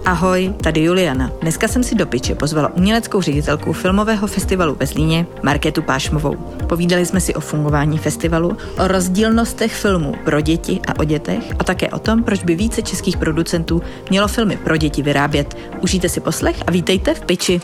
Ahoj, tady Juliana. Dneska jsem si do Piče pozvala uměleckou ředitelku filmového festivalu ve Zlíně, Markétu Pášmovou. Povídali jsme si o fungování festivalu, o rozdílnostech filmů pro děti a o dětech a také o tom, proč by více českých producentů mělo filmy pro děti vyrábět. Užijte si poslech a vítejte v Piči.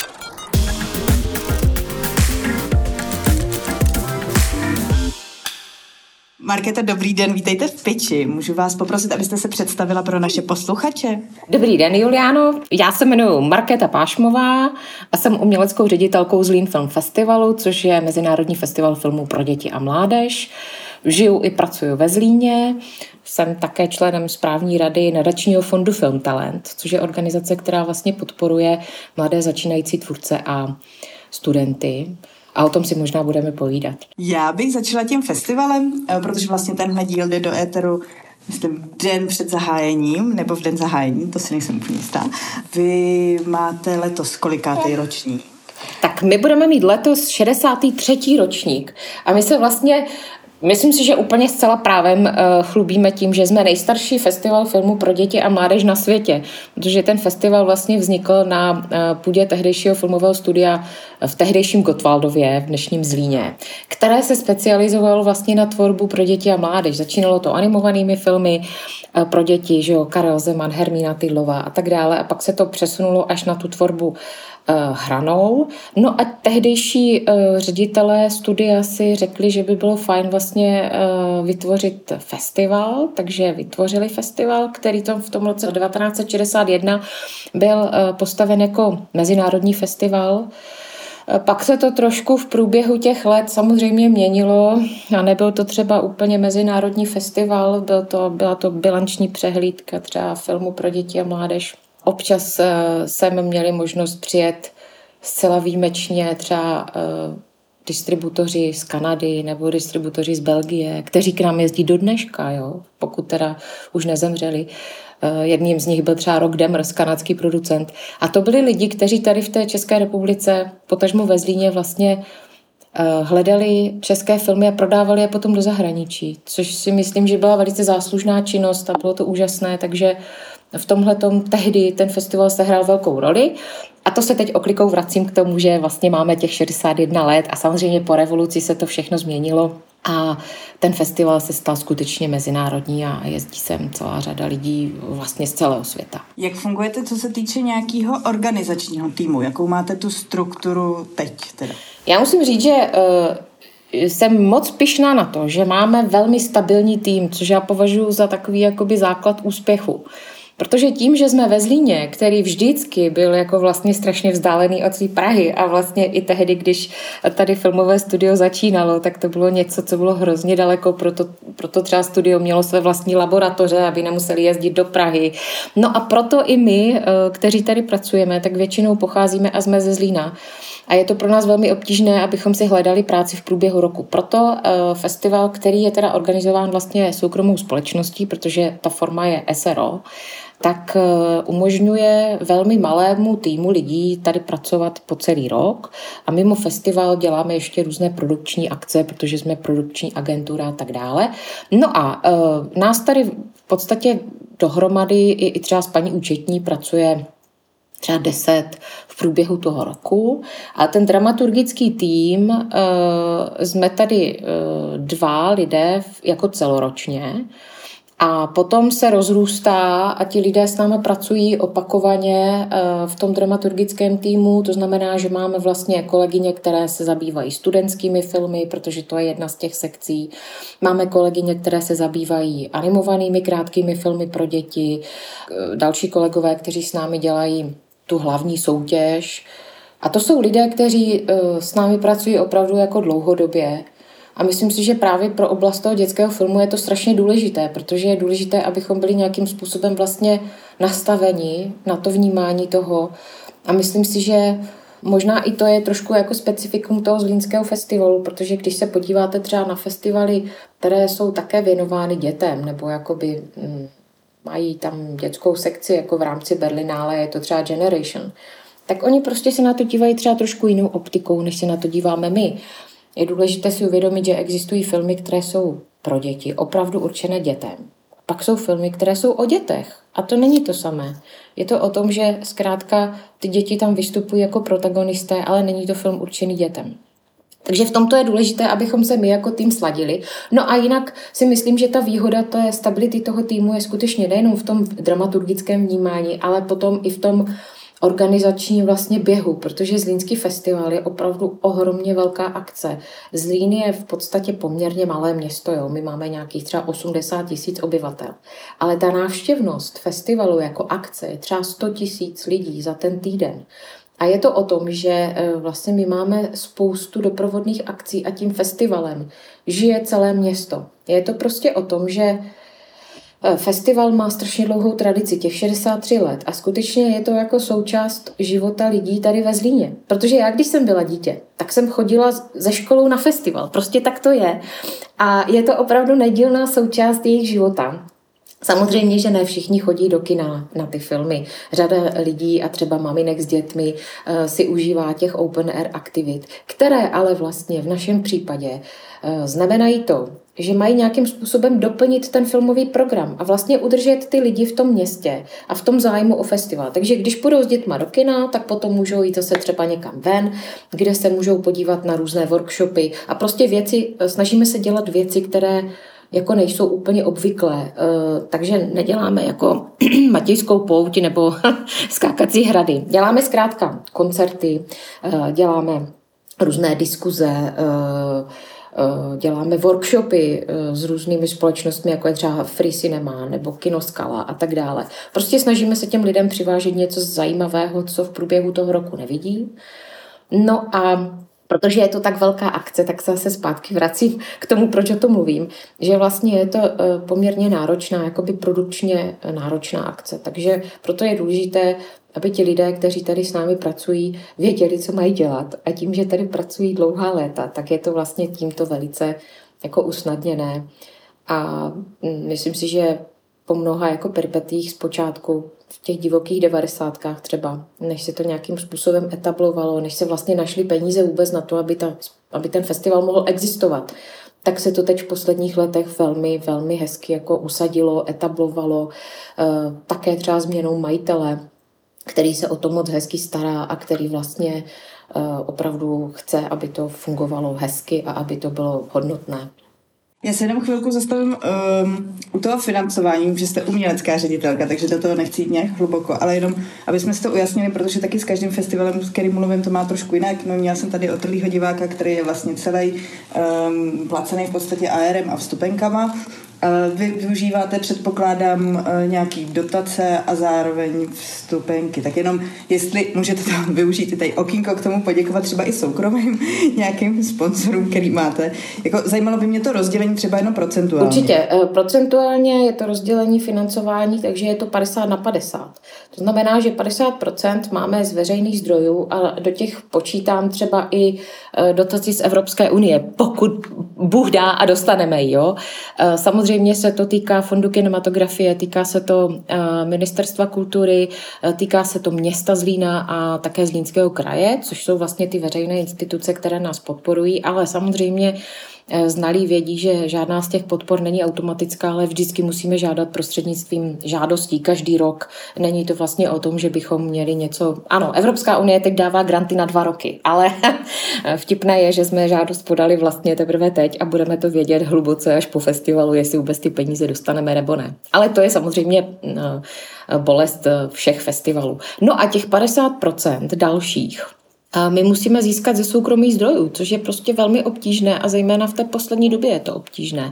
Markéta, dobrý den, vítejte v Piči. Můžu vás poprosit, abyste se představila pro naše posluchače? Dobrý den, Juliano. Já se jmenuji Markéta Pášmová a jsem uměleckou ředitelkou Zlín Film Festivalu, což je mezinárodní festival filmů pro děti a mládež. Žiju i pracuji ve Zlíně. Jsem také členem správní rady nadačního fondu Film Talent, což je organizace, která vlastně podporuje mladé začínající tvůrce a studenty. A o tom si možná budeme povídat. Já bych začala tím festivalem, protože vlastně tenhle díl jde do éteru, myslím, den před zahájením, nebo v den zahájení, to si nejsem úplně jistá. Vy máte letos kolikátý ročník? Tak my budeme mít letos 63. ročník. A my se vlastně, myslím si, že úplně zcela právem chlubíme tím, že jsme nejstarší festival filmu pro děti a mládež na světě, protože ten festival vlastně vznikl na půdě tehdejšího filmového studia v tehdejším Gottwaldově, v dnešním Zlíně, které se specializovalo vlastně na tvorbu pro děti a mládež. Začínalo to animovanými filmy pro děti, že jo, Karel Zeman, Hermína Tydlová a tak dále, a pak se to přesunulo až na tu tvorbu hranou. No a tehdejší ředitelé studia si řekli, že by bylo fajn vlastně vytvořit festival, takže vytvořili festival, který v tom roce 1961 byl postaven jako mezinárodní festival. Pak se to trošku v průběhu těch let samozřejmě měnilo a nebyl to třeba úplně mezinárodní festival, byla to bilanční přehlídka třeba filmu pro děti a mládež. Občas jsme měli možnost přijet zcela výjimečně třeba distributoři z Kanady nebo distributoři z Belgie, kteří k nám jezdí do dneška, jo, pokud teda už nezemřeli. Jedním z nich byl třeba Rock Demers, kanadský producent. A to byli lidi, kteří tady v té České republice, potažmo ve Zlíně, vlastně hledali české filmy a prodávali je potom do zahraničí, což si myslím, že byla velice záslužná činnost a bylo to úžasné, takže v tomhletom tehdy ten festival sehrál velkou roli. A to se teď oklikou vracím k tomu, že vlastně máme těch 61 let a samozřejmě po revoluci se to všechno změnilo a ten festival se stal skutečně mezinárodní a jezdí sem celá řada lidí vlastně z celého světa. Jak fungujete, co se týče nějakého organizačního týmu? Jakou máte tu strukturu teď teda? Já musím říct, že jsem moc pyšná na to, že máme velmi stabilní tým, což já považuji za takový jakoby základ úspěchu. Protože tím, že jsme ve Zlíně, který vždycky byl jako vlastně strašně vzdálený od své Prahy a vlastně i tehdy, když tady filmové studio začínalo, tak to bylo něco, co bylo hrozně daleko, proto třeba studio mělo své vlastní laboratoře, aby nemuseli jezdit do Prahy. No a proto i my, kteří tady pracujeme, tak většinou pocházíme a jsme ze Zlína. A je to pro nás velmi obtížné, abychom si hledali práci v průběhu roku. Proto festival, který je teda organizován vlastně soukromou společností, protože ta forma je SRO, tak umožňuje velmi malému týmu lidí tady pracovat po celý rok a mimo festival děláme ještě různé produkční akce, protože jsme produkční agentura a tak dále. No a nás tady v podstatě dohromady i třeba s paní účetní pracuje třeba 10 v průběhu toho roku. A ten dramaturgický tým, jsme tady 2 lidé jako celoročně a potom se rozrůstá a ti lidé s námi pracují opakovaně v tom dramaturgickém týmu. To znamená, že máme vlastně kolegyně, které se zabývají studentskými filmy, protože to je jedna z těch sekcí. Máme kolegyně, které se zabývají animovanými krátkými filmy pro děti. Další kolegové, kteří s námi dělají tu hlavní soutěž. A to jsou lidé, kteří s námi pracují opravdu jako dlouhodobě. A myslím si, že právě pro oblast toho dětského filmu je to strašně důležité, protože je důležité, abychom byli nějakým způsobem vlastně nastaveni na to vnímání toho. A myslím si, že možná i to je trošku jako specifikum toho zlínského festivalu, protože když se podíváte třeba na festivaly, které jsou také věnovány dětem, nebo jakoby mají tam dětskou sekci, jako v rámci Berlinále, je to třeba Generation, tak oni prostě se na to dívají třeba trošku jinou optikou, než se na to díváme my. Je důležité si uvědomit, že existují filmy, které jsou pro děti, opravdu určené dětem. Pak jsou filmy, které jsou o dětech a to není to samé. Je to o tom, že zkrátka ty děti tam vystupují jako protagonisté, ale není to film určený dětem. Takže v tomto je důležité, abychom se my jako tým sladili. No a jinak si myslím, že ta výhoda té stability toho týmu je skutečně nejenom v tom dramaturgickém vnímání, ale potom i v tom organizační vlastně běhu, protože Zlínský festival je opravdu ohromně velká akce. Zlín je v podstatě poměrně malé město, jo. My máme nějakých třeba 80 000 obyvatel. Ale ta návštěvnost festivalu jako akce je třeba 100 000 lidí za ten týden. A je to o tom, že vlastně my máme spoustu doprovodných akcí a tím festivalem žije celé město. Je to prostě o tom, že festival má strašně dlouhou tradici, těch 63 let a skutečně je to jako součást života lidí tady ve Zlíně. Protože já, když jsem byla dítě, tak jsem chodila ze školou na festival. Prostě tak to je. A je to opravdu nedílná součást jejich života. Samozřejmě, že ne všichni chodí do kina na ty filmy. Řada lidí a třeba maminek s dětmi si užívá těch open air aktivit, které ale vlastně v našem případě znamenají to, že mají nějakým způsobem doplnit ten filmový program a vlastně udržet ty lidi v tom městě a v tom zájmu o festival. Takže když půjdou s dětma do kina, tak potom můžou jít zase třeba někam ven, kde se můžou podívat na různé workshopy a prostě snažíme se dělat věci, které jako nejsou úplně obvyklé, takže neděláme jako Matějskou pouť nebo skákací hrady. Děláme zkrátka koncerty, děláme různé diskuze, děláme workshopy s různými společnostmi, jako je třeba Free Cinema nebo Kino Skala a tak dále. Prostě snažíme se těm lidem přivážet něco zajímavého, co v průběhu toho roku nevidí. No a protože je to tak velká akce, tak se zase zpátky vracím k tomu, proč o tom mluvím, že vlastně je to poměrně náročná, jakoby produkčně náročná akce. Takže proto je důležité, aby ti lidé, kteří tady s námi pracují, věděli, co mají dělat. A tím, že tady pracují dlouhá léta, tak je to vlastně tímto velice jako usnadněné. A myslím si, že po mnoha jako peripetích zpočátku v těch divokých 90kách třeba, než se to nějakým způsobem etablovalo, než se vlastně našly peníze vůbec na to, aby ten festival mohl existovat, tak se to teď v posledních letech velmi, velmi hezky jako usadilo, etablovalo, také třeba změnou majitele, který se o to moc hezky stará a který vlastně opravdu chce, aby to fungovalo hezky a aby to bylo hodnotné. Já se jenom chvilku zastavím u toho financování, že jste umělecká ředitelka, takže do toho nechci jít nějak hluboko, ale jenom, aby jsme si to ujasnili, protože taky s každým festivalem, s kterým mluvím, to má trošku jinak. No, měla jsem tady otrlýho diváka, který je vlastně celý placený v podstatě ARem a vstupenkama. Vy využíváte, předpokládám, nějaký dotace a zároveň vstupenky. Tak jenom, jestli můžete tam využít i tady okýnko k tomu poděkovat třeba i soukromým nějakým sponsorům, který máte. Jako, zajímalo by mě to rozdělení třeba jenom procentuálně. Určitě. Procentuálně je to rozdělení financování, takže je to 50/50. To znamená, že 50% máme z veřejných zdrojů a do těch počítám třeba i dotaci z Evropské unie, pokud Bůh dá a dostaneme ji. Jo? Samozřejmě se to týká Fondu kinematografie, týká se to Ministerstva kultury, týká se to města Zlína a také Zlínského kraje, což jsou vlastně ty veřejné instituce, které nás podporují, ale samozřejmě znalí vědí, že žádná z těch podpor není automatická, ale vždycky musíme žádat prostřednictvím žádostí každý rok. Není to vlastně o tom, že bychom měli něco... Ano, Evropská unie teď dává granty na 2 roky, ale vtipné je, že jsme žádost podali vlastně teprve teď a budeme to vědět hluboce až po festivalu, jestli vůbec ty peníze dostaneme nebo ne. Ale to je samozřejmě bolest všech festivalů. No a těch 50% dalších a my musíme získat ze soukromých zdrojů, což je prostě velmi obtížné a zejména v té poslední době je to obtížné.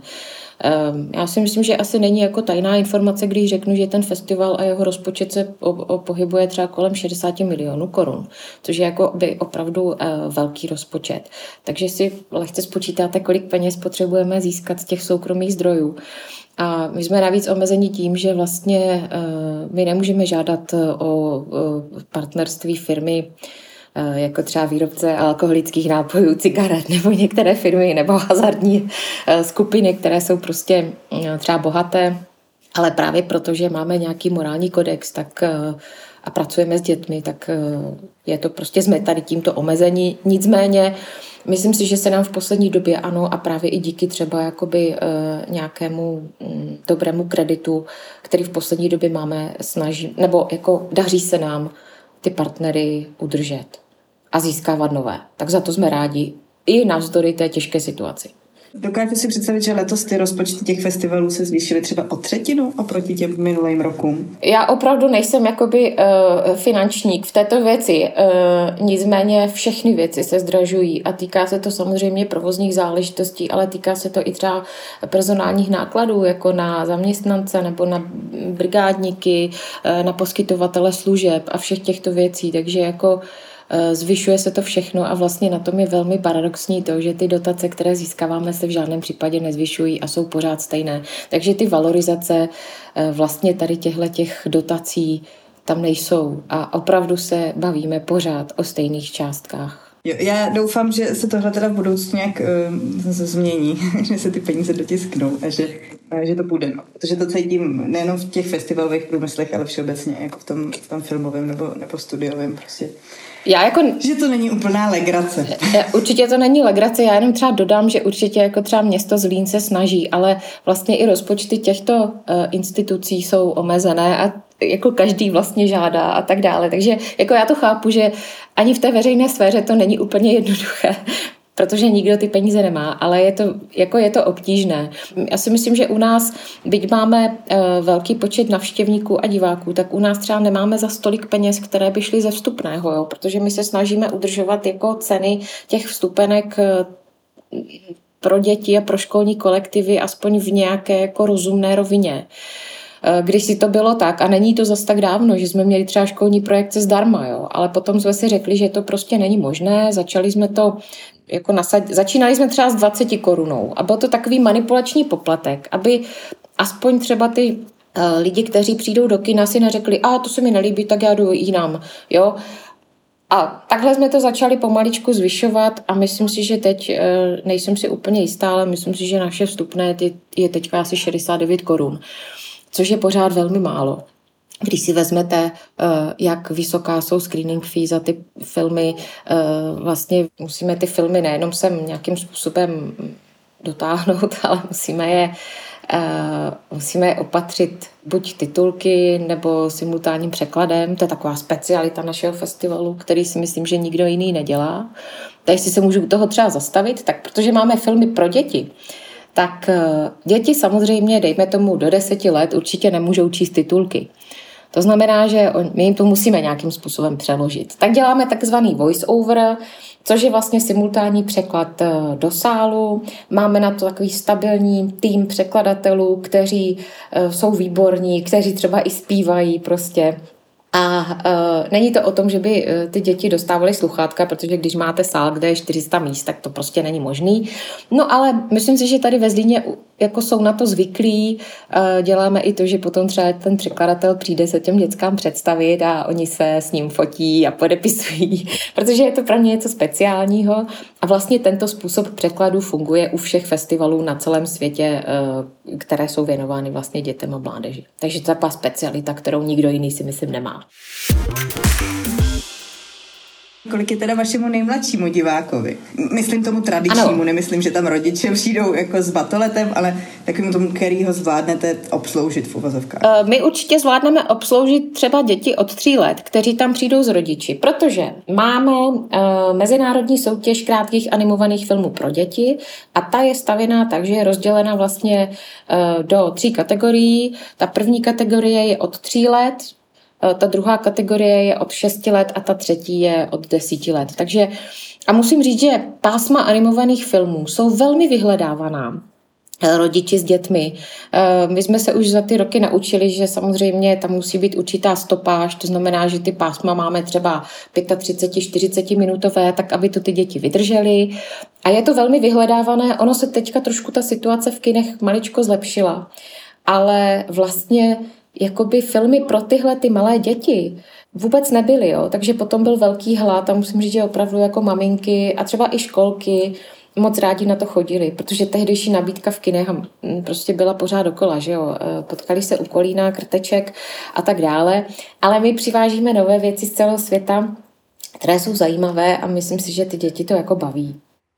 Já si myslím, že asi není jako tajná informace, když řeknu, že ten festival a jeho rozpočet se pohybuje třeba kolem 60 milionů korun, což je jako by opravdu velký rozpočet. Takže si lehce spočítáte, kolik peněz potřebujeme získat z těch soukromých zdrojů. A my jsme navíc omezeni tím, že vlastně my nemůžeme žádat o partnerství firmy, jako třeba výrobce alkoholických nápojů, cigaret nebo některé firmy nebo hazardní skupiny, které jsou prostě třeba bohaté, ale právě proto, že máme nějaký morální kodex tak, a pracujeme s dětmi, tak je to prostě jsme tady tímto omezení. Nicméně Myslím si, že se nám v poslední době, ano, a právě i díky třeba jakoby nějakému dobrému kreditu, který v poslední době máme, snaží, nebo jako daří se nám ty partnery udržet a získávat nové. Tak za to jsme rádi i navzdory té těžké situaci. Dokážete si představit, že letos ty rozpočty těch festivalů se zvýšily třeba o 1/3 oproti těm minulým rokům? Já opravdu nejsem jakoby finančník v této věci, nicméně všechny věci se zdražují a týká se to samozřejmě provozních záležitostí, ale týká se to i třeba personálních nákladů, jako na zaměstnance nebo na brigádníky, na poskytovatele služeb a všech těchto věcí, takže jako zvyšuje se to všechno a vlastně na tom je velmi paradoxní to, že ty dotace, které získáváme, se v žádném případě nezvyšují a jsou pořád stejné. Takže ty valorizace vlastně tady těch dotací tam nejsou a opravdu se bavíme pořád o stejných částkách. Jo, já doufám, že se tohle teda v budoucnu nějak změní, že se ty peníze dotisknou a že to půjde. No. Protože to cítím nejenom v těch festivalových průmyslech, ale všeobecně jako v tom filmovém nebo studiovém prostě. Že to není úplná legrace. Určitě to není legrace, já jenom třeba dodám, že určitě jako třeba město Zlín se snaží, ale vlastně i rozpočty těchto institucí jsou omezené a jako každý vlastně žádá a tak dále. Takže jako já to chápu, že ani v té veřejné sféře to není úplně jednoduché, protože nikdo ty peníze nemá, ale je to obtížné. Já si myslím, že u nás, byť máme velký počet navštěvníků a diváků, tak u nás třeba nemáme za tolik peněz, které by šly ze vstupného, jo? Protože my se snažíme udržovat jako ceny těch vstupenek pro děti a pro školní kolektivy aspoň v nějaké jako rozumné rovině. Když si to bylo tak, a není to zas tak dávno, že jsme měli třeba školní projekce zdarma, jo? Ale potom jsme si řekli, že to prostě není možné, začali jsme to jako začínali jsme třeba s 20 korunou a byl to takový manipulační poplatek, aby aspoň třeba ty lidi, kteří přijdou do kina, si neřekli, to se mi nelíbí, tak já jdu jinam, jo. A takhle jsme to začali pomaličku zvyšovat a myslím si, že teď, nejsem si úplně jistá, ale myslím si, že naše vstupné je teďka asi 69 korun, což je pořád velmi málo. Když si vezmete, jak vysoká jsou screening fee za ty filmy, vlastně musíme ty filmy nejenom sem nějakým způsobem dotáhnout, ale musíme je opatřit buď titulky nebo simultánním překladem. To je taková specialita našeho festivalu, který si myslím, že nikdo jiný nedělá. Takže si se můžu u toho třeba zastavit, tak protože máme filmy pro děti, tak děti samozřejmě, dejme tomu do 10 let, určitě nemůžou číst titulky. To znamená, že my jim to musíme nějakým způsobem přeložit. Tak děláme takzvaný voice-over, což je vlastně simultánní překlad do sálu. Máme na to takový stabilní tým překladatelů, kteří jsou výborní, kteří třeba i zpívají prostě. A není to o tom, že by ty děti dostávaly sluchátka, protože když máte sál, kde je 400 míst, tak to prostě není možný. No ale myslím si, že tady ve Zlíně jako jsou na to zvyklí. Děláme i to, že potom třeba ten překladatel přijde se těm dětskám představit a oni se s ním fotí a podepisují, protože je to pro ně něco speciálního. A vlastně tento způsob překladu funguje u všech festivalů na celém světě, které jsou věnovány vlastně dětem a mládeži. Takže to je taková specialita, kterou nikdo jiný si myslím nemá. Kolik je teda vašemu nejmladšímu divákovi? Myslím tomu tradičnímu, ano. Nemyslím, že tam rodiče přijdou jako s batoletem, ale takovým tomu, který ho zvládnete obsloužit v uvozovkách. My určitě zvládneme obsloužit třeba děti od 3 let, kteří tam přijdou s rodiči, protože máme mezinárodní soutěž krátkých animovaných filmů pro děti a ta je stavěná tak, že je rozdělena vlastně do 3 kategorií. Ta první kategorie je od 3 let, ta druhá kategorie je od 6 let a ta třetí je od 10 let. Takže a musím říct, že pásma animovaných filmů jsou velmi vyhledávaná rodiči s dětmi. My jsme se už za ty roky naučili, že samozřejmě tam musí být určitá stopáž, to znamená, že ty pásma máme třeba 35-40 minutové, tak aby to ty děti vydržely. A je to velmi vyhledávané. Ono se teďka trošku ta situace v kinech maličko zlepšila, ale vlastně jakoby filmy pro tyhle ty malé děti vůbec nebyly, jo? Takže potom byl velký hlad a musím říct, že opravdu jako maminky a třeba i školky moc rádi na to chodili, protože tehdejší nabídka v kinech prostě byla pořád dokola, že jo? Potkali se u Kolína, Krteček a tak dále, ale my přivážíme nové věci z celého světa, které jsou zajímavé a myslím si, že ty děti to jako baví.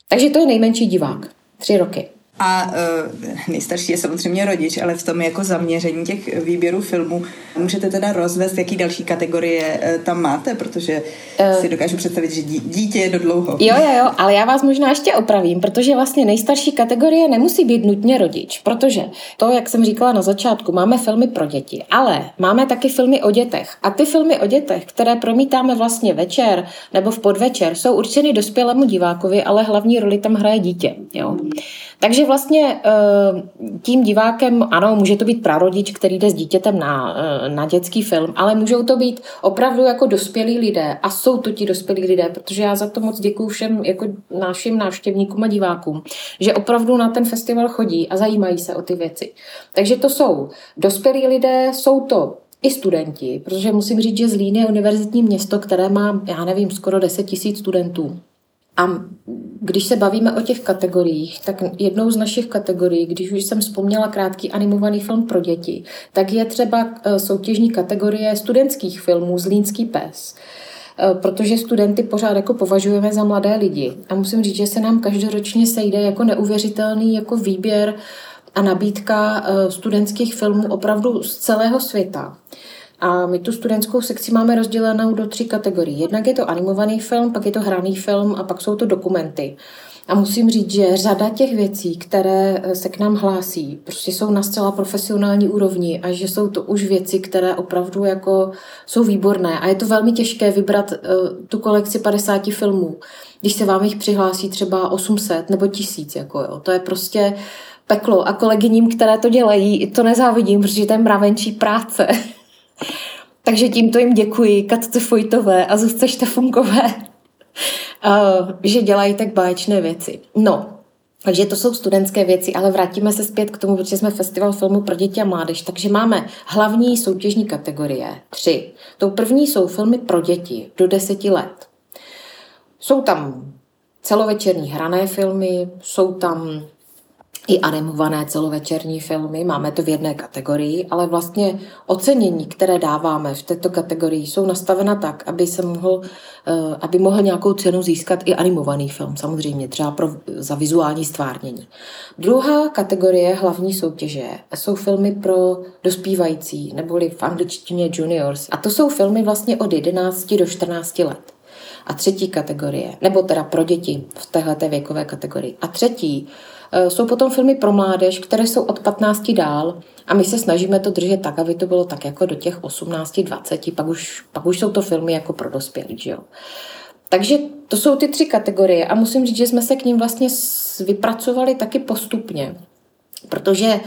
Takže to je nejmenší divák, 3 roky. A nejstarší je samozřejmě rodič, ale v tom jako zaměření těch výběrů filmů můžete teda rozvést, jaký další kategorie tam máte, protože si dokážu představit, že dítě je do dlouho. Jo, ale já vás možná ještě opravím, protože vlastně nejstarší kategorie nemusí být nutně rodič, protože to, jak jsem říkala na začátku, máme filmy pro děti, ale máme taky filmy o dětech. A ty filmy o dětech, které promítáme vlastně večer nebo v podvečer, jsou určeny dospělému divákovi, ale hlavní roli tam hraje dítě. Jo. Takže vlastně tím divákem, ano, může to být prarodič, který jde s dítětem na dětský film, ale můžou to být opravdu jako dospělí lidé a jsou to ti dospělí lidé, protože já za to moc děkuju všem jako našim návštěvníkům a divákům, že opravdu na ten festival chodí a zajímají se o ty věci. Takže to jsou dospělí lidé, jsou to i studenti, protože musím říct, že Zlín je univerzitní město, které má, já nevím, skoro 10 000 studentů. A když se bavíme o těch kategoriích, tak jednou z našich kategorií, když už jsem vzpomněla krátký animovaný film pro děti, tak je třeba soutěžní kategorie studentských filmů Zlínský pes. Protože studenty pořád jako považujeme za mladé lidi. A musím říct, že se nám každoročně sejde jako neuvěřitelný jako výběr a nabídka studentských filmů opravdu z celého světa. A my tu studentskou sekci máme rozdělenou do 3 kategorií. Jednak je to animovaný film, pak je to hraný film a pak jsou to dokumenty. A musím říct, že řada těch věcí, které se k nám hlásí, prostě jsou na zcela profesionální úrovni a že jsou to už věci, které opravdu jako jsou výborné. A je to velmi těžké vybrat tu kolekci 50 filmů, když se vám jich přihlásí třeba 800 nebo 1000. Jako jo. To je prostě peklo. A kolegyním, které to dělají, to nezávidím, protože to je mravenčí práce. Takže tímto jim děkuji Katce Fojtové a Zuzce Štefunkové, že dělají tak báječné věci. No, takže to jsou studentské věci, ale vrátíme se zpět k tomu, protože jsme festival filmu pro děti a mládež, takže máme hlavní soutěžní kategorie 3. Tou první jsou filmy pro děti do 10 let. Jsou tam celovečerní hrané filmy, jsou tam i animované celovečerní filmy, máme to v jedné kategorii, ale vlastně ocenění, které dáváme v této kategorii, jsou nastavena tak, aby mohl nějakou cenu získat i animovaný film, samozřejmě třeba za vizuální stvárnění. Druhá kategorie hlavní soutěže jsou filmy pro dospívající, neboli v angličtině juniors. A to jsou filmy vlastně od 11 do 14 let. A třetí kategorie, nebo teda pro děti v téhleté věkové kategorii. A třetí jsou potom filmy pro mládež, které jsou od 15 dál a my se snažíme to držet tak, aby to bylo tak jako do těch 18-20, pak už jsou to filmy jako pro dospělí, že jo. Takže to jsou ty 3 kategorie a musím říct, že jsme se k ním vlastně vypracovali taky postupně, protože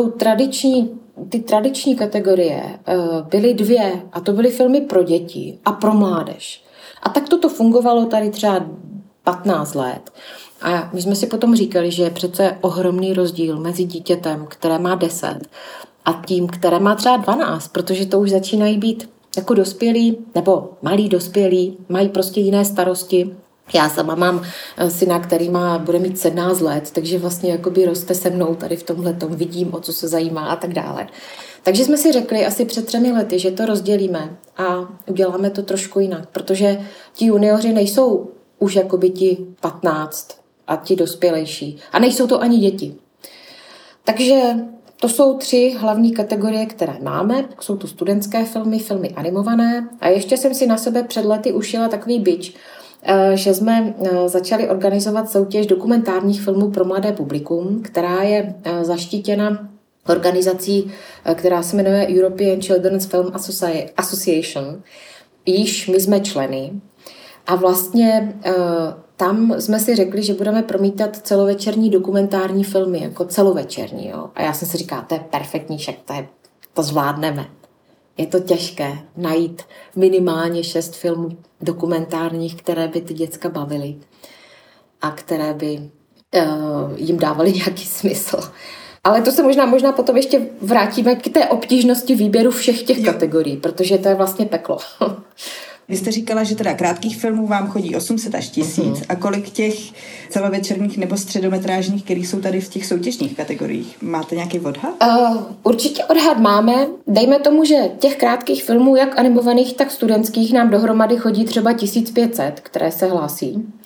ty tradiční kategorie byly 2 a to byly filmy pro děti a pro mládež. A tak to fungovalo tady třeba 15 let. A my jsme si potom říkali, že je přece ohromný rozdíl mezi dítětem, které má 10 a tím, které má třeba 12, protože to už začínají být jako dospělí nebo malí dospělí, mají prostě jiné starosti. Já sama mám syna, který bude mít 17 let, takže vlastně jakoby roste se mnou tady v tomhletom, vidím, o co se zajímá a tak dále. Takže jsme si řekli asi před 3 lety, že to rozdělíme a uděláme to trošku jinak, protože ti junioři nejsou už jakoby ti 15 a ti dospělejší. A nejsou to ani děti. Takže to jsou 3 hlavní kategorie, které máme. Jsou to studentské filmy, filmy animované. A ještě jsem si na sebe před lety ušila takový bič, že jsme začali organizovat soutěž dokumentárních filmů pro mladé publikum, která je zaštítěna organizací, která se jmenuje European Children's Film Association. Již my jsme členy. A vlastně tam jsme si řekli, že budeme promítat celovečerní dokumentární filmy, jako celovečerní. Jo? A já jsem si říkala, to je perfektní, však to zvládneme. Je to těžké najít minimálně 6 filmů dokumentárních, které by ty děcka bavily a které by jim dávaly nějaký smysl. Ale to se možná potom ještě vrátíme k té obtížnosti výběru všech těch kategorií, protože to je vlastně peklo. Vy jste říkala, že teda krátkých filmů vám chodí 800 až 1000 a kolik těch celovečerních nebo středometrážních, které jsou tady v těch soutěžních kategoriích? Máte nějaký odhad? Určitě odhad máme. Dejme tomu, že těch krátkých filmů, jak animovaných, tak studentských, nám dohromady chodí třeba 1500, které se hlásí.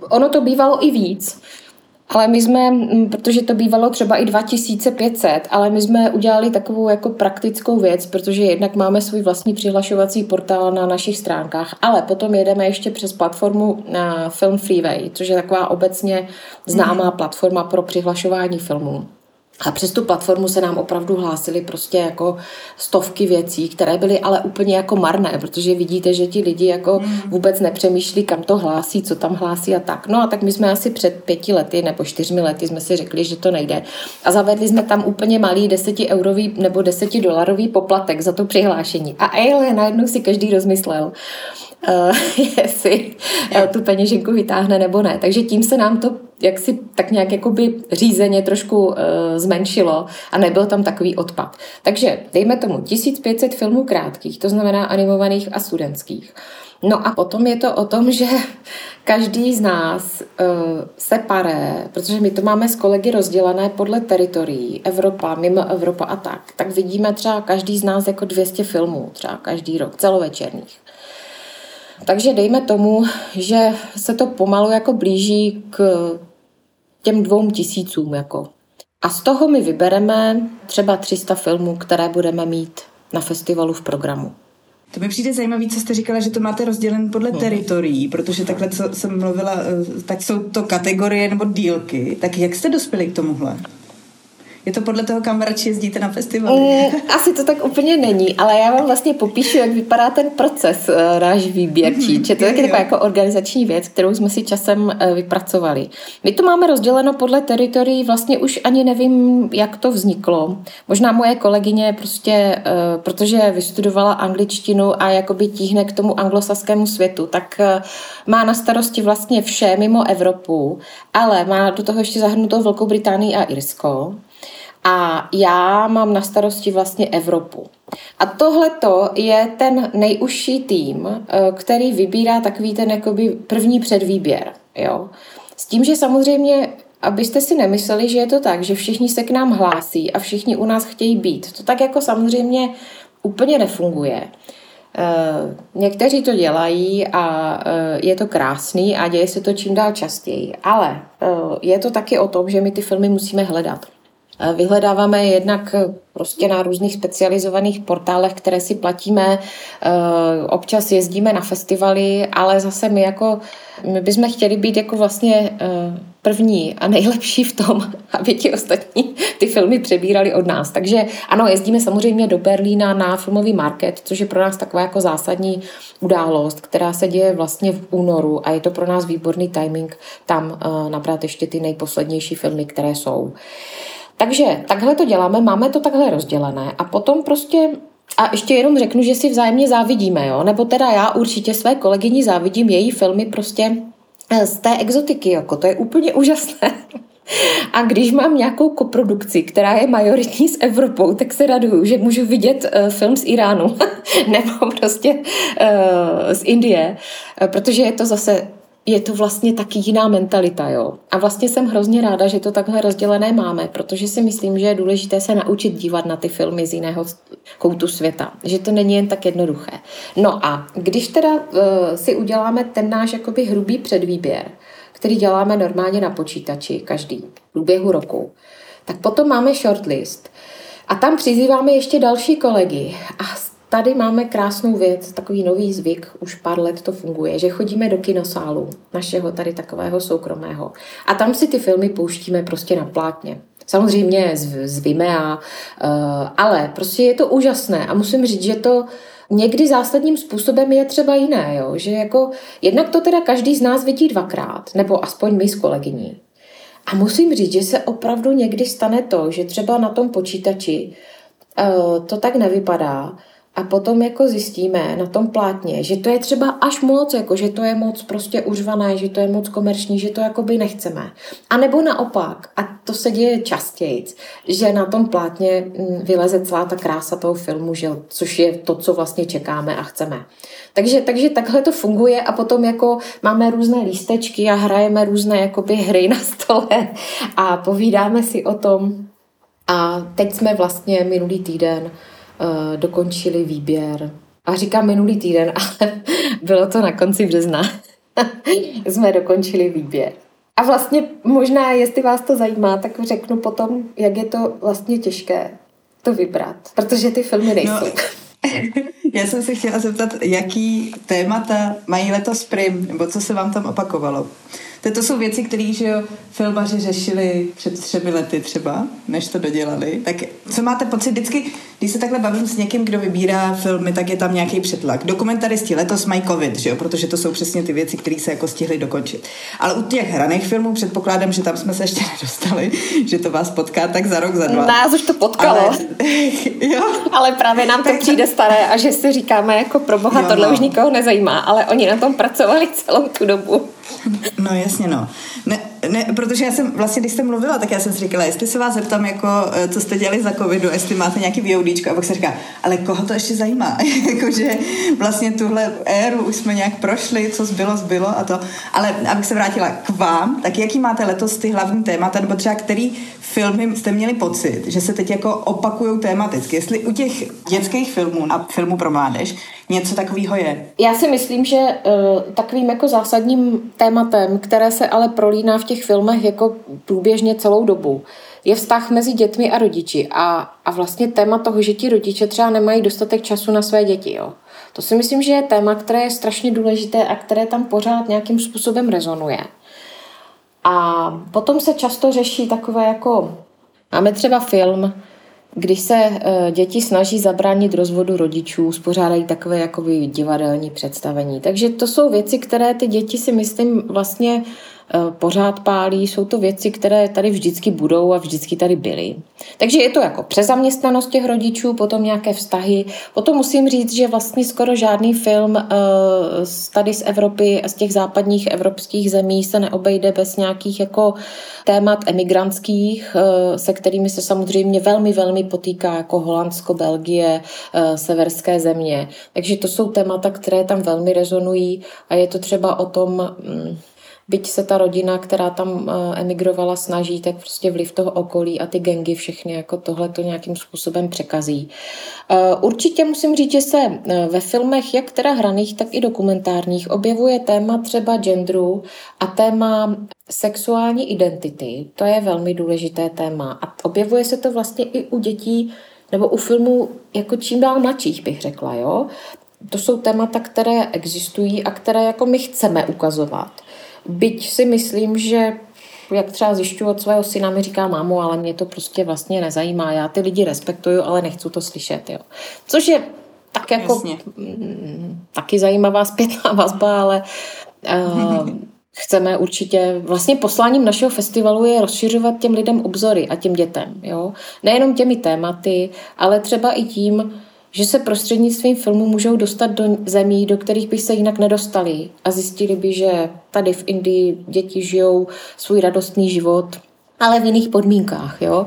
Ono to bývalo i víc. Ale my jsme, protože to bývalo třeba i 2500, ale my jsme udělali takovou jako praktickou věc, protože jednak máme svůj vlastní přihlašovací portál na našich stránkách, ale potom jedeme ještě přes platformu Film Freeway, což je taková obecně známá platforma pro přihlašování filmů. A přes tu platformu se nám opravdu hlásily prostě jako stovky věcí, které byly ale úplně jako marné, protože vidíte, že ti lidi jako vůbec nepřemýšlí, kam to hlásí, co tam hlásí a tak. No a tak my jsme asi před 5 lety nebo 4 lety jsme si řekli, že to nejde. A zavedli jsme tam úplně malý 10eurový nebo $10 poplatek za to přihlášení. A najednou si každý rozmyslel, jestli tu peněženku vytáhne nebo ne. Takže tím se nám to jaksi tak nějak jakoby řízeně trošku zmenšilo a nebyl tam takový odpad. Takže dejme tomu 1500 filmů krátkých, to znamená animovaných a studentských. No a potom je to o tom, že každý z nás separé, protože my to máme s kolegy rozdělené podle teritorií, Evropa, mimo Evropa a tak vidíme třeba každý z nás jako 200 filmů, třeba každý rok, celovečerních. Takže dejme tomu, že se to pomalu jako blíží k těm 2000 jako. A z toho my vybereme třeba 300 filmů, které budeme mít na festivalu v programu. To mi přijde zajímavé, co jste říkala, že to máte rozdělen podle teritorií, protože takhle, co jsem mluvila, tak jsou to kategorie nebo dílky. Tak jak jste dospěli k tomuhle? Je to podle toho, kam radši jezdíte na festivaly? Asi to tak úplně není, ale já vám vlastně popíšu, jak vypadá ten proces náš výběrčí. To je taky taková jako organizační věc, kterou jsme si časem vypracovali. My to máme rozděleno podle teritorií, vlastně už ani nevím, jak to vzniklo. Možná moje kolegyně prostě, protože vystudovala angličtinu a jakoby tíhne k tomu anglosaskému světu, tak má na starosti vlastně vše mimo Evropu, ale má do toho ještě zahrnutou Velkou Británii a Irsko. A já mám na starosti vlastně Evropu. A tohleto je ten nejužší tým, který vybírá takový ten jakoby první předvýběr. Jo? S tím, že samozřejmě, abyste si nemysleli, že je to tak, že všichni se k nám hlásí a všichni u nás chtějí být. To tak jako samozřejmě úplně nefunguje. Někteří to dělají a je to krásný a děje se to čím dál častěji. Ale je to taky o tom, že my ty filmy musíme hledat. Vyhledáváme jednak prostě na různých specializovaných portálech, které si platíme, občas jezdíme na festivaly, ale zase my bychom chtěli být jako vlastně první a nejlepší v tom, aby ti ostatní ty filmy přebírali od nás. Takže ano, jezdíme samozřejmě do Berlína na filmový market, což je pro nás taková jako zásadní událost, která se děje vlastně v únoru a je to pro nás výborný timing tam nabrat ještě ty nejposlednější filmy, které jsou. Takže takhle to děláme, máme to takhle rozdělené a potom prostě, a ještě jenom řeknu, že si vzájemně závidíme, jo? Nebo teda já určitě své kolegyni závidím její filmy prostě z té exotiky, jako to je úplně úžasné. A když mám nějakou koprodukci, která je majoritní s Evropou, tak se raduju, že můžu vidět film z Iránu nebo prostě z Indie, protože je to vlastně taky jiná mentalita, jo. A vlastně jsem hrozně ráda, že to takhle rozdělené máme, protože si myslím, že je důležité se naučit dívat na ty filmy z jiného koutu světa, že to není jen tak jednoduché. No a když teda si uděláme ten náš jakoby hrubý předvýběr, který děláme normálně na počítači každý v průběhu roku, tak potom máme shortlist a tam přizýváme ještě další kolegy a tady máme krásnou věc, takový nový zvyk, už pár let to funguje, že chodíme do kinosálu, našeho tady takového soukromého. A tam si ty filmy pouštíme prostě na plátně. Samozřejmě z Vimea, ale prostě je to úžasné a musím říct, že to někdy zásadním způsobem je třeba jiné, jo? Že jako jednak to teda každý z nás vidí dvakrát, nebo aspoň my s kolegyní. A musím říct, že se opravdu někdy stane to, že třeba na tom počítači to tak nevypadá, a potom jako zjistíme na tom plátně, že to je třeba až moc, jako že to je moc prostě uřvané, že to je moc komerční, že to jakoby nechceme. A nebo naopak, a to se děje častěji, že na tom plátně vyleze celá ta krása toho filmu, že, což je to, co vlastně čekáme a chceme. Takže takhle to funguje a potom jako máme různé lístečky a hrajeme různé jakoby hry na stole a povídáme si o tom. A teď jsme vlastně minulý týden dokončili výběr. A říkám minulý týden, ale bylo to na konci března. jsme dokončili výběr. A vlastně možná, jestli vás to zajímá, tak řeknu potom, jak je to vlastně těžké to vybrat, protože ty filmy nejsou. No, já jsem se chtěla zeptat, jaký témata mají letos prim, nebo co se vám tam opakovalo. To jsou věci, které filmaři řešili před 3 lety třeba, než to dodělali. Tak co máte pocit vždycky, když se takhle bavím s někým, kdo vybírá filmy, tak je tam nějaký přetlak. Dokumentaristi letos mají covid, že jo? Protože to jsou přesně ty věci, které se jako stihly dokončit. Ale u těch hraných filmů předpokládám, že tam jsme se ještě nedostali, že to vás potká tak za rok, za 2. Nás už to potkalo. Ale právě nám to přijde staré a že si říkáme jako pro boha, tohle už nikoho nezajímá, ale oni na tom pracovali celou tu dobu. No jasně, no. Ne, protože já jsem, vlastně když jste mluvila, tak já jsem si říkala, jestli se vás zeptám, jako, co jste dělali za covidu, jestli máte nějaký VODčko, a pak se říká, ale koho to ještě zajímá? Jakože vlastně tuhle éru už jsme nějak prošli, co zbylo a to. Ale abych se vrátila k vám, tak jaký máte letos ty hlavní témata, nebo třeba který filmy jste měli pocit, že se teď jako opakujou tematicky? Jestli u těch dětských filmů a filmů pro mládež něco takového je? Já si myslím, že takovým jako zásadním tématem, které se ale prolíná v těch filmech jako průběžně celou dobu, je vztah mezi dětmi a rodiči. A vlastně téma toho, že ti rodiče třeba nemají dostatek času na své děti. Jo. To si myslím, že je téma, které je strašně důležité a které tam pořád nějakým způsobem rezonuje. A potom se často řeší takové jako... Máme třeba film, když se děti snaží zabránit rozvodu rodičů, spořádají takové jakoby divadelní představení. Takže to jsou věci, které ty děti si myslím vlastně pořád pálí. Jsou to věci, které tady vždycky budou a vždycky tady byly. Takže je to jako přezaměstnanost těch rodičů, potom nějaké vztahy. Potom musím říct, že vlastně skoro žádný film tady z Evropy a z těch západních evropských zemí se neobejde bez nějakých jako témat emigrantských, se kterými se samozřejmě velmi, velmi potýká jako Holandsko, Belgie, severské země. Takže to jsou témata, které tam velmi rezonují a je to třeba o tom... Byť se ta rodina, která tam emigrovala, snaží, tak prostě vliv toho okolí a ty gangy všechny jako tohle to nějakým způsobem překazí. Určitě musím říct, že se ve filmech, jak teda hraných, tak i dokumentárních, objevuje téma třeba genderu a téma sexuální identity. To je velmi důležité téma. A objevuje se to vlastně i u dětí nebo u filmů jako čím dál mladších, bych řekla. Jo? To jsou témata, které existují a které jako my chceme ukazovat. Byť si myslím, že jak třeba zjišťuji od svého syna, mi říká mámo, ale mě to prostě vlastně nezajímá. Já ty lidi respektuju, ale nechci to slyšet. Jo. Což je tak jako taky zajímavá zpětná vazba, ale chceme určitě, vlastně posláním našeho festivalu je rozšiřovat těm lidem obzory a těm dětem. Jo. Nejenom těmi tématy, ale třeba i tím, že se prostřednictvím filmu můžou dostat do zemí, do kterých by se jinak nedostali a zjistili by, že tady v Indii děti žijou svůj radostný život, ale v jiných podmínkách. Jo?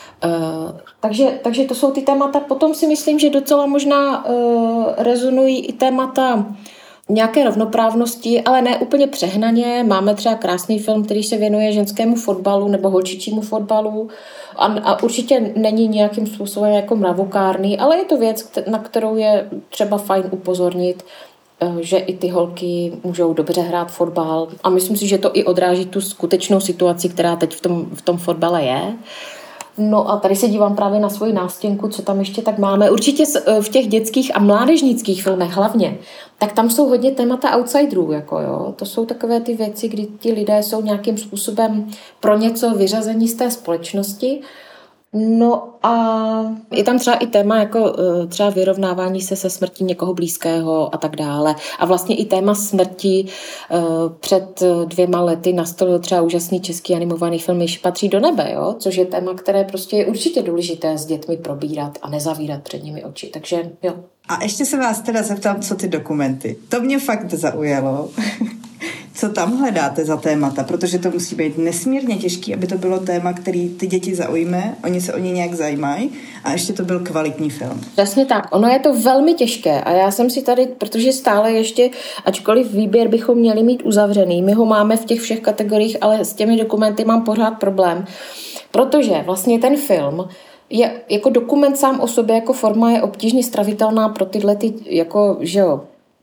Takže to jsou ty témata. Potom si myslím, že docela možná rezonují i témata nějaké rovnoprávnosti, ale ne úplně přehnaně. Máme třeba krásný film, který se věnuje ženskému fotbalu nebo holčičímu fotbalu a určitě není nějakým způsobem jako mravokárný, ale je to věc, na kterou je třeba fajn upozornit, že i ty holky můžou dobře hrát fotbal a myslím si, že to i odráží tu skutečnou situaci, která teď v tom fotbale je. No a tady se dívám právě na svoji nástěnku, co tam ještě tak máme. Určitě v těch dětských a mládežnických filmech hlavně, tak tam jsou hodně témata outsiderů. Jako jo. To jsou takové ty věci, kdy ti lidé jsou nějakým způsobem pro něco vyřazení z té společnosti. No a je tam třeba i téma jako třeba vyrovnávání se smrtí někoho blízkého a tak dále. A vlastně i téma smrti před 2 lety nastolil třeba úžasný český animovaný film Myš patří do nebe, jo? Což je téma, které prostě je určitě důležité s dětmi probírat a nezavírat před nimi oči. Takže jo. A ještě se vás teda zeptám, co ty dokumenty. To mě fakt zaujalo. Co tam hledáte za témata? Protože to musí být nesmírně těžký, aby to bylo téma, který ty děti zaujme, oni se o ně nějak zajímají a ještě to byl kvalitní film. Přesně tak. Ono je to velmi těžké a já jsem si tady, protože stále ještě, ačkoliv výběr bychom měli mít uzavřený, my ho máme v těch všech kategoriích, ale s těmi dokumenty mám pořád problém, protože vlastně ten film je jako dokument sám o sobě, jako forma je obtížně stravitelná pro tyhle ty, jako, že jo,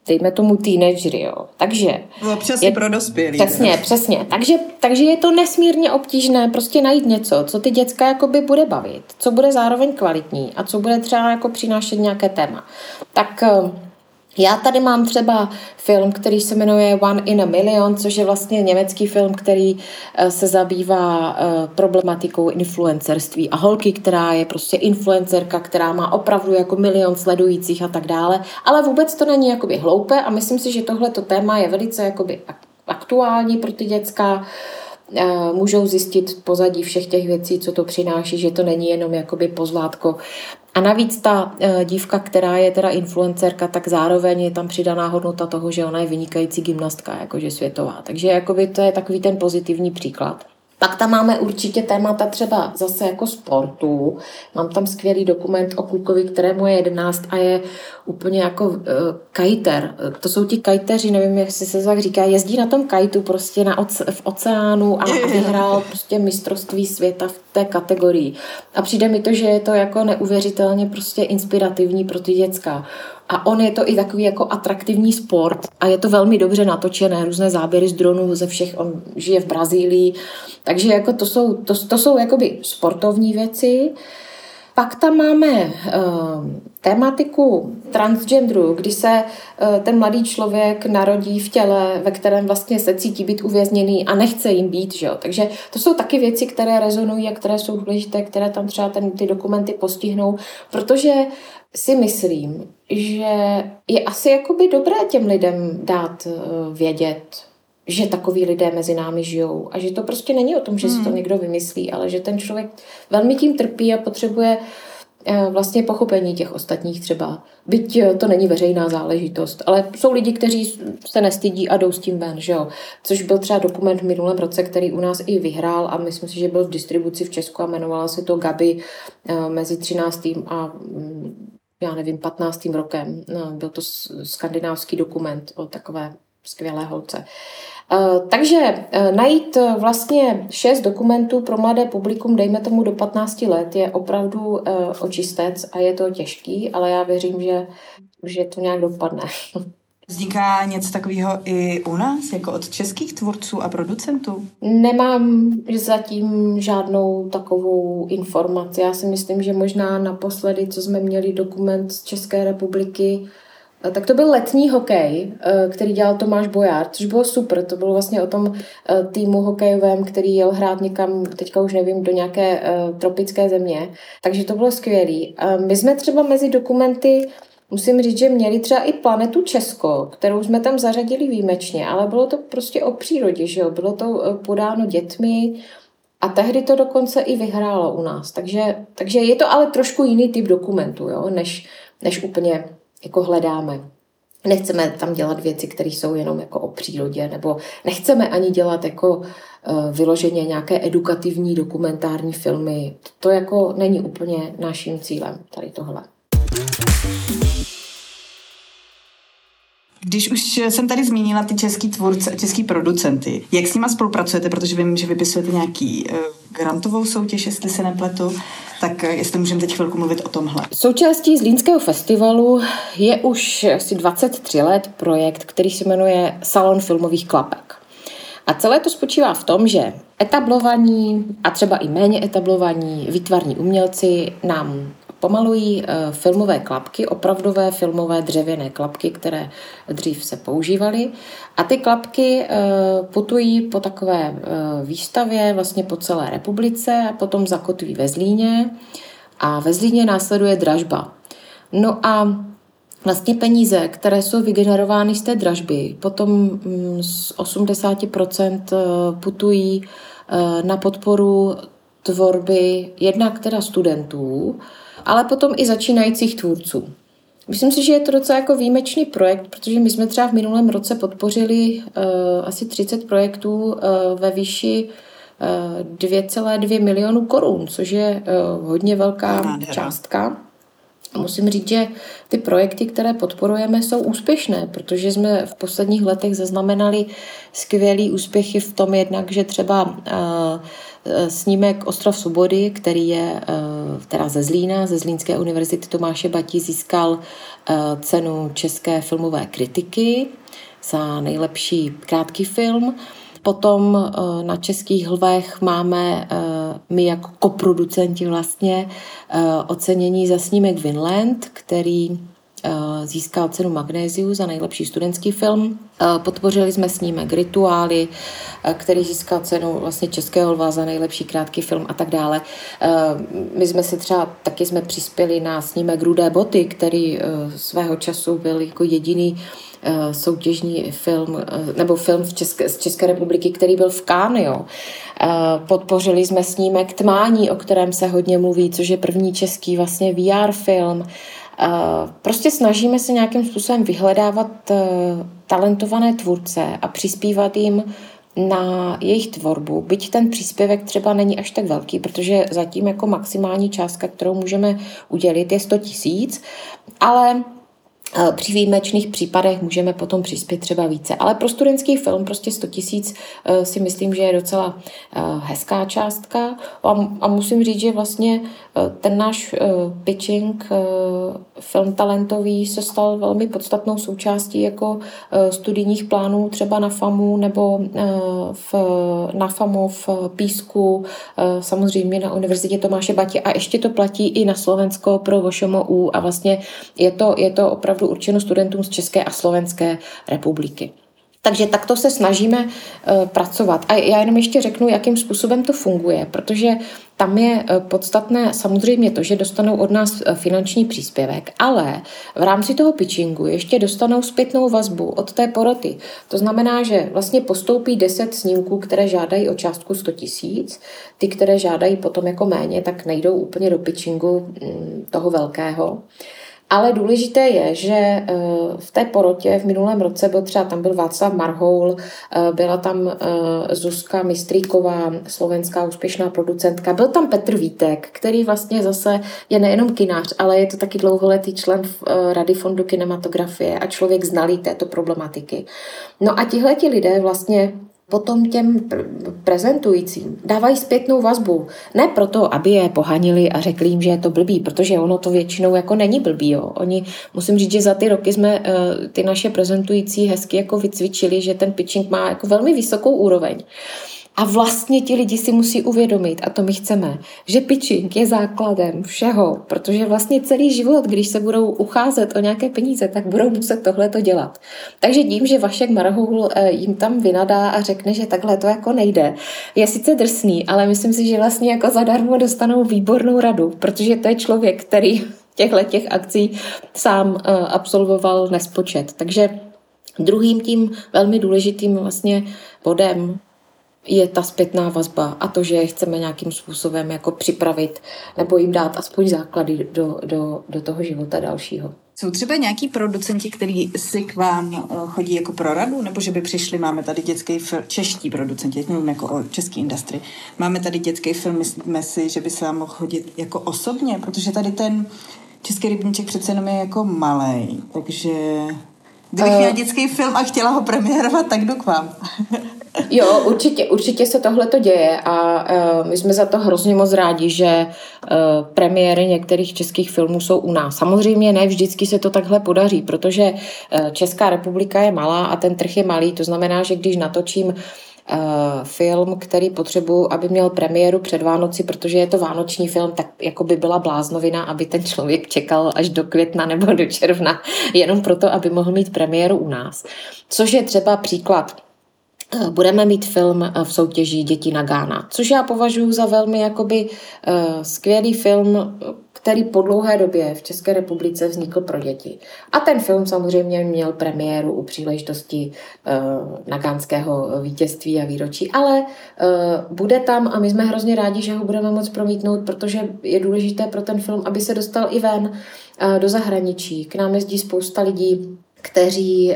dejme tomu teenagery, jo. Takže... Občas i pro dospělí. Přesně. Takže je to nesmírně obtížné prostě najít něco, co ty děcka jakoby bude bavit, co bude zároveň kvalitní a co bude třeba jako přinášet nějaké téma. Tak já tady mám třeba film, který se jmenuje One in a Million, což je vlastně německý film, který se zabývá problematikou influencerství a holky, která je prostě influencerka, která má opravdu jako 1 milion sledujících a tak dále, ale vůbec to není jakoby hloupé a myslím si, že tohleto téma je velice jakoby aktuální pro ty děcka. Můžou zjistit pozadí všech těch věcí, co to přináší, že to není jenom jakoby pozlátko. A navíc ta dívka, která je teda influencerka, tak zároveň je tam přidaná hodnota toho, že ona je vynikající gymnastka, jakože světová. Takže jakoby to je takový ten pozitivní příklad. Pak tam máme určitě témata třeba zase jako sportu. Mám tam skvělý dokument o klukovi, kterému je 11 a je úplně jako kajter. To jsou ti kajteři, nevím, jestli se tak říká, jezdí na tom kajtu prostě v oceánu a vyhrál prostě mistrovství světa v té kategorii. A přijde mi to, že je to jako neuvěřitelně prostě inspirativní pro ty děcka. A on je to i takový jako atraktivní sport a je to velmi dobře natočené, různé záběry z dronů ze všech, on žije v Brazílii, takže jako to jsou jakoby sportovní věci. Pak tam máme tématiku transgenderu, kdy se ten mladý člověk narodí v těle, ve kterém vlastně se cítí být uvězněný a nechce jim být, že jo. Takže to jsou taky věci, které rezonují a které jsou důležité, které tam třeba ty dokumenty postihnou, protože si myslím, že je asi jakoby dobré těm lidem dát vědět, že takoví lidé mezi námi žijou a že to prostě není o tom, že si to někdo vymyslí, ale že ten člověk velmi tím trpí a potřebuje vlastně pochopení těch ostatních třeba. Byť to není veřejná záležitost, ale jsou lidi, kteří se nestydí a jdou s tím ven, že jo. Což byl třeba dokument v minulém roce, který u nás i vyhrál a myslím si, že byl v distribuci v Česku a jmenovala se to Gabi mezi 13. a 15. rokem. Byl to skandinávský dokument o takové skvělé holce. Takže najít vlastně 6 dokumentů pro mladé publikum, dejme tomu do 15 let, je opravdu očistec a je to těžký, ale já věřím, že to nějak dopadne. Vzniká něco takového i u nás, jako od českých tvůrců a producentů? Nemám zatím žádnou takovou informaci. Já si myslím, že možná naposledy, co jsme měli dokument z České republiky, tak to byl letní hokej, který dělal Tomáš Bojár, což bylo super. To bylo vlastně o tom týmu hokejovém, který jel hrát někam, teďka už nevím, do nějaké tropické země. Takže to bylo skvělý. My jsme třeba mezi dokumenty, musím říct, že měli třeba i Planetu Česko, kterou jsme tam zařadili výjimečně, ale bylo to prostě o přírodě, že jo? Bylo to podáno dětmi a tehdy to dokonce i vyhrálo u nás. Takže je to ale trošku jiný typ dokumentu, jo? Než úplně jako hledáme. Nechceme tam dělat věci, které jsou jenom jako o přírodě, nebo nechceme ani dělat jako vyloženě nějaké edukativní dokumentární filmy. To jako není úplně naším cílem, tady tohle. Když už jsem tady zmínila ty český tvůrce a český producenty, jak s nima spolupracujete, protože vím, že vypisujete nějaký grantovou soutěž, jestli se nepletu, tak jestli můžeme teď chvilku mluvit o tomhle. Součástí Zlínského festivalu je už asi 23 let projekt, který se jmenuje Salon filmových klapek. A celé to spočívá v tom, že etablovaní a třeba i méně etablovaní výtvarní umělci nám pomalují filmové klapky, opravdové filmové dřevěné klapky, které dřív se používaly. A ty klapky putují po takové výstavě vlastně po celé republice a potom zakotví ve Zlíně a ve Zlíně následuje dražba. No a vlastně peníze, které jsou vygenerovány z té dražby, potom z 80% putují na podporu tvorby jednak teda studentů, ale potom i začínajících tvůrců. Myslím si, že je to docela jako výjimečný projekt, protože my jsme třeba v minulém roce podpořili asi 30 projektů ve výši 2,2 milionu korun, což je hodně velká částka. A musím říct, že ty projekty, které podporujeme, jsou úspěšné, protože jsme v posledních letech zaznamenali skvělé úspěchy v tom jednak, že třeba snímek Ostrov svobody, který je teda ze Zlína, ze Zlínské univerzity Tomáše Bati, získal cenu české filmové kritiky za nejlepší krátký film. Potom na Českých lvech máme my jako koproducenti vlastně ocenění za snímek Vinland, který získal cenu Magnéziu za nejlepší studentský film. Podpořili jsme snímek Rituály, který získal cenu vlastně Českého lva za nejlepší krátký film a tak dále. My jsme si třeba taky přispěli na snímek Rudé boty, který svého času byl jako jediný soutěžní film, nebo film z České republiky, který byl v Cannes. Jo. Podpořili jsme snímek Tmání, o kterém se hodně mluví, což je první český vlastně VR film. Prostě snažíme se nějakým způsobem vyhledávat talentované tvůrce a přispívat jim na jejich tvorbu, byť ten příspěvek třeba není až tak velký, protože zatím jako maximální částka, kterou můžeme udělit, je 100 000, ale při výjimečných případech můžeme potom přispět třeba více. Ale pro studentský film prostě 100 000 si myslím, že je docela hezká částka. A musím říct, že vlastně ten náš pitching film talentový se stal velmi podstatnou součástí jako studijních plánů třeba na FAMu nebo na FAMu v Písku, samozřejmě na Univerzitě Tomáše Bati a ještě to platí i na Slovensko pro VŠMU a vlastně je to opravdu určeno studentům z České a Slovenské republiky. Takže takto se snažíme pracovat. A já jenom ještě řeknu, jakým způsobem to funguje, protože tam je podstatné samozřejmě to, že dostanou od nás finanční příspěvek, ale v rámci toho pitchingu ještě dostanou zpětnou vazbu od té poroty. To znamená, že vlastně postoupí 10 snímků, které žádají o částku 100 000. Ty, které žádají potom jako méně, tak nejdou úplně do pitchingu toho velkého. Ale důležité je, že v té porotě v minulém roce tam byl Václav Marhoul, byla tam Zuzka Mistrýková, slovenská úspěšná producentka, byl tam Petr Vítek, který vlastně zase je nejenom kinář, ale je to taky dlouholetý člen Rady fondu kinematografie a člověk znalý této problematiky. No a tihleti lidé vlastně potom těm prezentujícím dávají zpětnou vazbu. Ne proto, aby je pohanili a řekli jim, že je to blbý, protože ono to většinou jako není blbý. Jo. Musím říct, že za ty roky jsme ty naše prezentující hezky jako vycvičili, že ten pitching má jako velmi vysokou úroveň. A vlastně ti lidi si musí uvědomit, a to my chceme, že pitching je základem všeho, protože vlastně celý život, když se budou ucházet o nějaké peníze, tak budou muset tohleto dělat. Takže tím, že Vašek Marhoul jim tam vynadá a řekne, že takhle to jako nejde, je sice drsný, ale myslím si, že vlastně jako zadarmo dostanou výbornou radu, protože to je člověk, který těch akcí sám absolvoval nespočet. Takže druhým tím velmi důležitým vlastně bodem je ta zpětná vazba a to, že je chceme nějakým způsobem jako připravit nebo jim dát aspoň základy do toho života dalšího. Jsou třeba nějaký producenti, kteří si k vám chodí jako pro radu, nebo že by přišli, máme tady dětský film, čeští producenti, nevím jako o český industrii, máme tady dětský film, myslíme si, že by se vám mohl chodit jako osobně, protože tady ten Český rybníček přece jenom je jako malej, takže kdybych měla dětský film a chtěla ho premiérovat, tak jdu k vám. Jo, určitě se tohleto děje a my jsme za to hrozně moc rádi, že premiéry některých českých filmů jsou u nás. Samozřejmě ne vždycky se to takhle podaří, protože Česká republika je malá a ten trh je malý, to znamená, že když natočím film, který potřebuji, aby měl premiéru před Vánoci, protože je to vánoční film, tak jako by byla bláznovina, aby ten člověk čekal až do května nebo do června, jenom proto, aby mohl mít premiéru u nás. Což je třeba příklad. Budeme mít film v soutěži Děti na Ghana, což já považuji za velmi jakoby skvělý film, který po dlouhé době v České republice vznikl pro děti. A ten film samozřejmě měl premiéru u příležitosti nagánského vítězství a výročí, ale bude tam a my jsme hrozně rádi, že ho budeme moct promítnout, protože je důležité pro ten film, aby se dostal i ven do zahraničí. K nám jezdí spousta lidí, kteří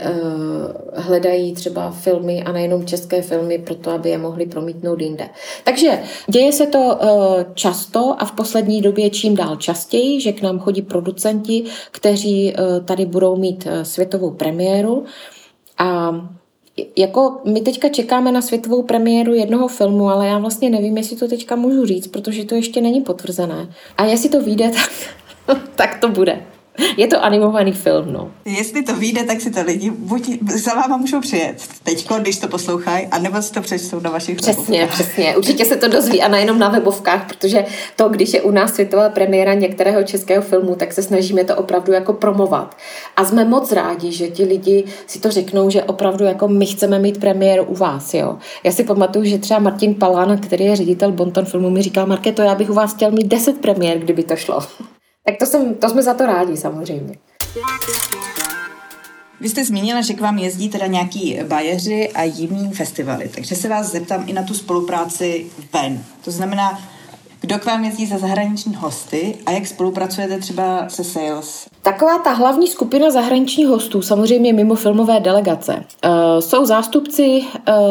hledají třeba filmy a nejenom české filmy proto, aby je mohli promítnout jinde. Takže děje se to často a v poslední době čím dál častěji, že k nám chodí producenti, kteří tady budou mít světovou premiéru a jako my teďka čekáme na světovou premiéru jednoho filmu, ale já vlastně nevím, jestli to teďka můžu říct, protože to ještě není potvrzené. A jestli to vyjde, tak to bude. Je to animovaný film, no. Jestli to vyjde, tak si to lidi buď za váma můžou přijet teďko, když to poslouchají, anebo si to přečtou na vašich webovkách. Přesně. Určitě se to dozví a nejenom na webovkách, protože to, když je u nás světová premiéra některého českého filmu, tak se snažíme to opravdu jako promovat. A jsme moc rádi, že ti lidi si to řeknou, že opravdu jako my chceme mít premiéru u vás, jo. Já si pamatuju, že třeba Martin Palán, který je ředitel Bonton filmu, mi říkal: Markéto, já bych u vás chtěl mít 10 premiér, kdyby to šlo. Tak to jsme za to rádi, samozřejmě. Vy jste zmínila, že k vám jezdí teda nějaký bajeři a jiný festivaly, takže se vás zeptám i na tu spolupráci ven. To znamená, kdo k vám jezdí za zahraniční hosty a jak spolupracujete třeba se Sales? Taková ta hlavní skupina zahraničních hostů, samozřejmě mimo filmové delegace, jsou zástupci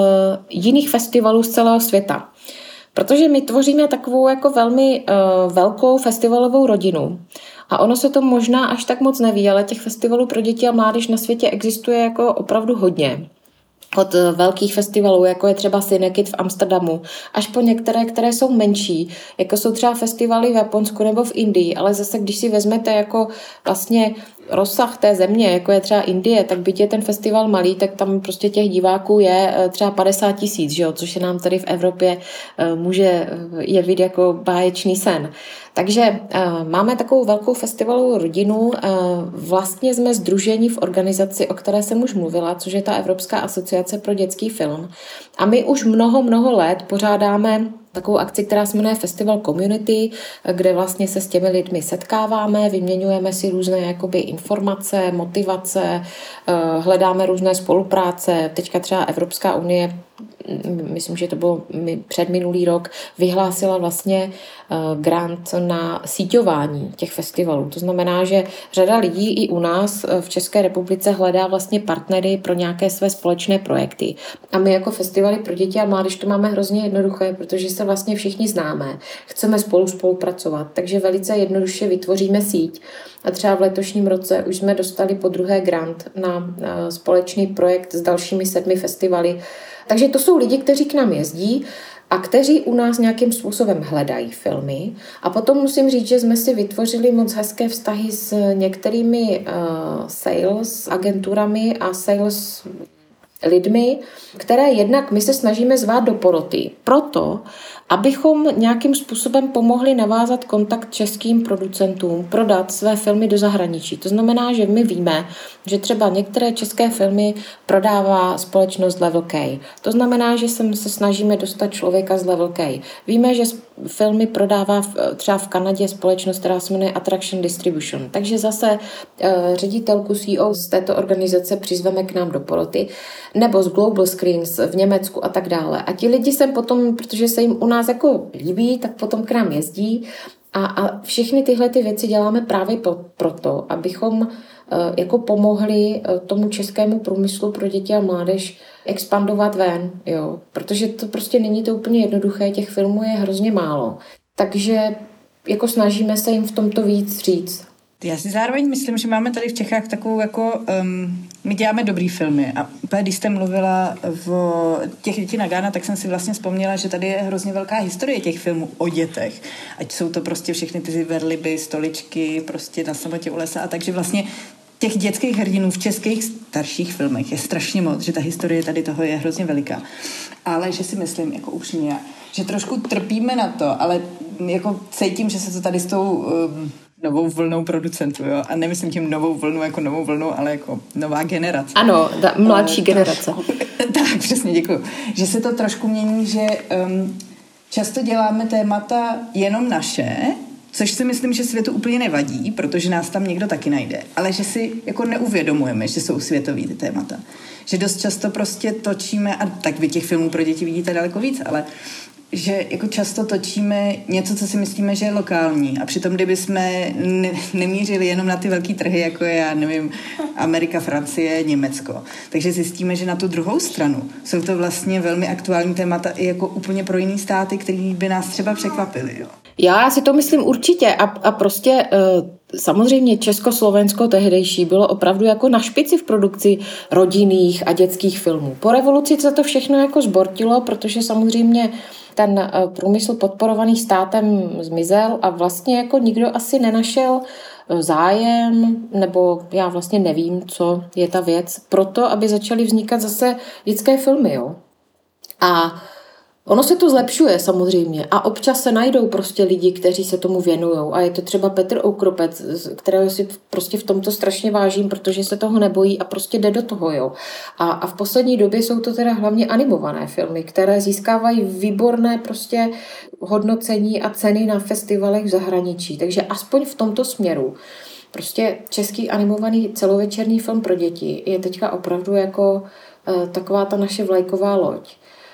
jiných festivalů z celého světa. Protože my tvoříme takovou jako velmi velkou festivalovou rodinu. A ono se to možná až tak moc neví, ale těch festivalů pro děti a mládež na světě existuje jako opravdu hodně. Od velkých festivalů, jako je třeba Cinekid v Amsterdamu, až po některé, které jsou menší, jako jsou třeba festivaly v Japonsku nebo v Indii, ale zase, když si vezmete jako vlastně rozsah té země, jako je třeba Indie, tak byť je ten festival malý, tak tam prostě těch diváků je třeba 50 000, že jo? Což se nám tady v Evropě může jevit jako báječný sen. Takže máme takovou velkou festivalovou rodinu. Vlastně jsme sdruženi v organizaci, o které jsem už mluvila, což je ta Evropská asociace pro dětský film. A my už mnoho let pořádáme takovou akci, která se jmenuje Festival Community, kde vlastně se s těmi lidmi setkáváme, vyměňujeme si různé jakoby informace, motivace, hledáme různé spolupráce. Teďka třeba Evropská unie, myslím, že to bylo předminulý rok, vyhlásila vlastně grant na síťování těch festivalů. To znamená, že řada lidí i u nás v České republice hledá vlastně partnery pro nějaké své společné projekty. A my jako festivaly pro děti a mládež to máme hrozně jednoduché, protože se vlastně všichni známe. Chceme spolupracovat, takže velice jednoduše vytvoříme síť. A třeba v letošním roce už jsme dostali podruhé grant na společný projekt s dalšími 7 festivaly. Takže to jsou lidi, kteří k nám jezdí a kteří u nás nějakým způsobem hledají filmy. A potom musím říct, že jsme si vytvořili moc hezké vztahy s některými sales agenturami a sales lidmi, které jednak my se snažíme zvát do poroty. Proto, abychom nějakým způsobem pomohli navázat kontakt českým producentům, prodat své filmy do zahraničí. To znamená, že my víme, že třeba některé české filmy prodává společnost Level K. To znamená, že se snažíme dostat člověka z Level K. Víme, že filmy prodává třeba v Kanadě společnost, která se jmenuje Attraction Distribution. Takže zase ředitelku CEO z této organizace přizveme k nám do poroty, nebo z Global Screens v Německu a tak dále. A ti lidi sem potom, protože se jim u nás jako líbí, tak potom k nám jezdí a všechny tyhle ty věci děláme právě proto, abychom jako pomohli tomu českému průmyslu pro děti a mládež expandovat ven, jo. Protože to prostě není to úplně jednoduché, těch filmů je hrozně málo. Takže jako snažíme se jim v tomto víc říct. Já si zároveň myslím, že máme tady v Čechách takovou jako, my děláme dobrý filmy a když jste mluvila o těch dětí na Gána, tak jsem si vlastně vzpomněla, že tady je hrozně velká historie těch filmů o dětech. Ať jsou to prostě všechny ty verliby, stoličky, prostě Na samotě u lesa a takže vlastně těch dětských hrdinů v českých starších filmech je strašně moc, že ta historie tady toho je hrozně veliká. Ale že si myslím, jako upřímně, že trošku trpíme na to, ale jako cítím, že se to tady s tou novou vlnou producentů, jo? A nemyslím tím novou vlnu jako novou vlnu, ale jako nová generace. Ano, mladší generace. Tak, přesně, děkuju. Že se to trošku mění, že často děláme témata jenom naše, což si myslím, že světu úplně nevadí, protože nás tam někdo taky najde, ale že si jako neuvědomujeme, že jsou světový ty témata. Že dost často prostě točíme, a tak vy těch filmů pro děti vidíte daleko víc, ale že jako často točíme něco, co si myslíme, že je lokální a přitom, kdyby jsme nemířili jenom na ty velký trhy, jako je, já nevím, Amerika, Francie, Německo, takže zjistíme, že na tu druhou stranu jsou to vlastně velmi aktuální témata i jako úplně pro jiný státy, který by nás třeba překvapili, jo. Já si to myslím určitě a prostě Samozřejmě Československo tehdejší bylo opravdu jako na špici v produkci rodinných a dětských filmů. Po revoluci se to všechno jako zbortilo, protože samozřejmě ten průmysl podporovaný státem zmizel a vlastně jako nikdo asi nenašel zájem, nebo já vlastně nevím, co je ta věc, proto, aby začaly vznikat zase dětské filmy. Jo? A ono se to zlepšuje samozřejmě a občas se najdou prostě lidi, kteří se tomu věnujou a je to třeba Petr Oukropec, kterého si prostě v tomto strašně vážím, protože se toho nebojí a prostě jde do toho, jo. A v poslední době jsou to teda hlavně animované filmy, které získávají výborné prostě hodnocení a ceny na festivalech v zahraničí, takže aspoň v tomto směru prostě český animovaný celovečerní film pro děti je teďka opravdu jako taková ta naše vlajková loď.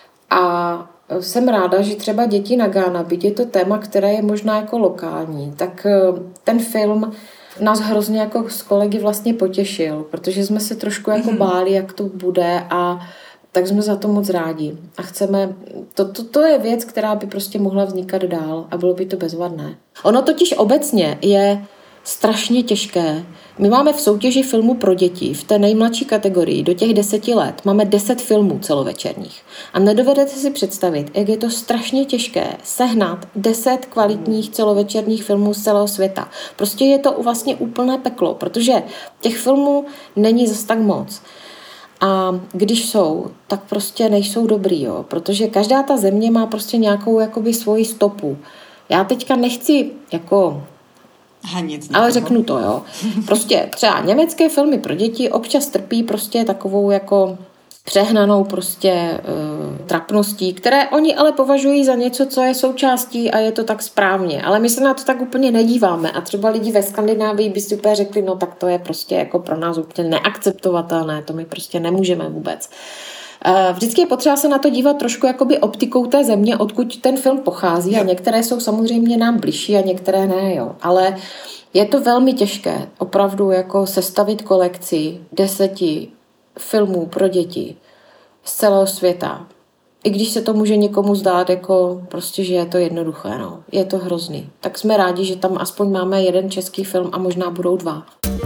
A jsem ráda, že třeba Děti na Ghana, byť je to téma, které je možná jako lokální, tak ten film nás hrozně jako s kolegy vlastně potěšil, protože jsme se trošku jako báli, jak to bude a tak jsme za to moc rádi. A chceme, to je věc, která by prostě mohla vznikat dál a bylo by to bezvadné. Ono totiž obecně je strašně těžké. My máme v soutěži filmu pro děti v té nejmladší kategorii do těch 10 let. Máme 10 filmů celovečerních. A nedovedete si představit, jak je to strašně těžké sehnat 10 kvalitních celovečerních filmů z celého světa. Prostě je to vlastně úplné peklo, protože těch filmů není zas tak moc. A když jsou, tak prostě nejsou dobrý, jo? Protože každá ta země má prostě nějakou jakoby svoji stopu. Já teďka nechci jako ale řeknu to, jo. Prostě třeba německé filmy pro děti občas trpí prostě takovou jako přehnanou prostě trapností, které oni ale považují za něco, co je součástí a je to tak správně. Ale my se na to tak úplně nedíváme a třeba lidi ve Skandinávii by si úplně řekli, no tak to je prostě jako pro nás úplně neakceptovatelné, to my prostě nemůžeme vůbec. Vždycky je potřeba se na to dívat trošku jakoby optikou té země, odkud ten film pochází a některé jsou samozřejmě nám bližší a některé ne, jo. Ale je to velmi těžké opravdu jako sestavit kolekci 10 filmů pro děti z celého světa. I když se to může někomu zdát jako prostě, že je to jednoduché, no. Je to hrozný. Tak jsme rádi, že tam aspoň máme jeden český film a možná budou 2.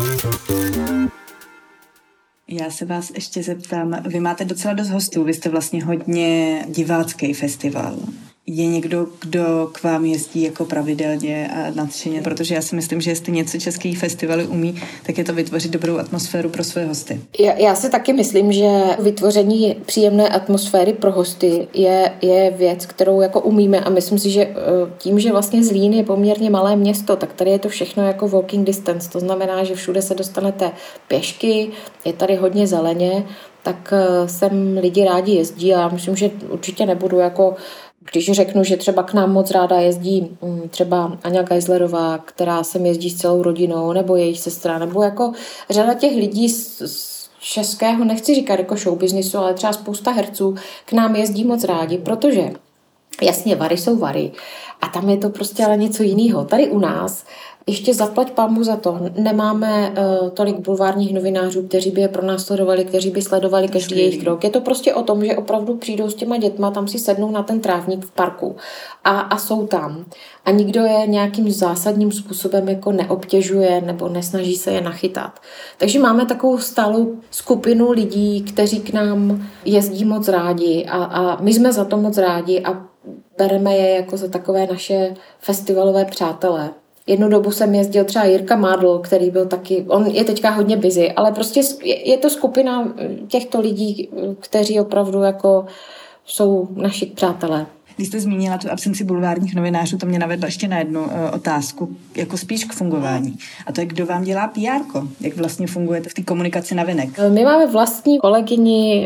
Já se vás ještě zeptám, vy máte docela dost hostů, vy jste vlastně hodně divácký festival. Je někdo, kdo k vám jezdí jako pravidelně a nadšeně? Protože já si myslím, že jestli něco český festivaly umí, tak je to vytvořit dobrou atmosféru pro své hosty. Já si taky myslím, že vytvoření příjemné atmosféry pro hosty je věc, kterou jako umíme a myslím si, že tím, že vlastně Zlín je poměrně malé město, tak tady je to všechno jako walking distance. To znamená, že všude se dostanete pěšky, je tady hodně zeleně, tak sem lidi rádi jezdí a myslím, že určitě nebudu jako když řeknu, že třeba k nám moc ráda jezdí třeba Aňa Geislerová, která sem jezdí s celou rodinou, nebo jejich sestra, nebo jako řada těch lidí z českého, nechci říkat jako showbiznisu, ale třeba spousta herců k nám jezdí moc rádi, protože jasně Vary jsou Vary a tam je to prostě ale něco jiného. Tady u nás ještě zaplať pánbůh za to. Nemáme tolik bulvárních novinářů, kteří by je pronásledovali, kteří by sledovali každý jejich krok. Je to prostě o tom, že opravdu přijdou s těma dětma, tam si sednou na ten trávník v parku a jsou tam. A nikdo je nějakým zásadním způsobem jako neobtěžuje nebo nesnaží se je nachytat. Takže máme takovou stálou skupinu lidí, kteří k nám jezdí moc rádi a my jsme za to moc rádi a bereme je jako za takové naše festivalové přátelé. Jednu dobu jsem jezdil třeba Jirka Mádl, který byl taky, on je teďka hodně busy, ale prostě je to skupina těchto lidí, kteří opravdu jako jsou naši přátelé. Když jste zmínila tu absenci bulvárních novinářů, to mě navedlo ještě na jednu otázku, jako spíš k fungování. A to je, kdo vám dělá PR-ko? Jak vlastně fungujete v té komunikaci navenek? My máme vlastní kolegyni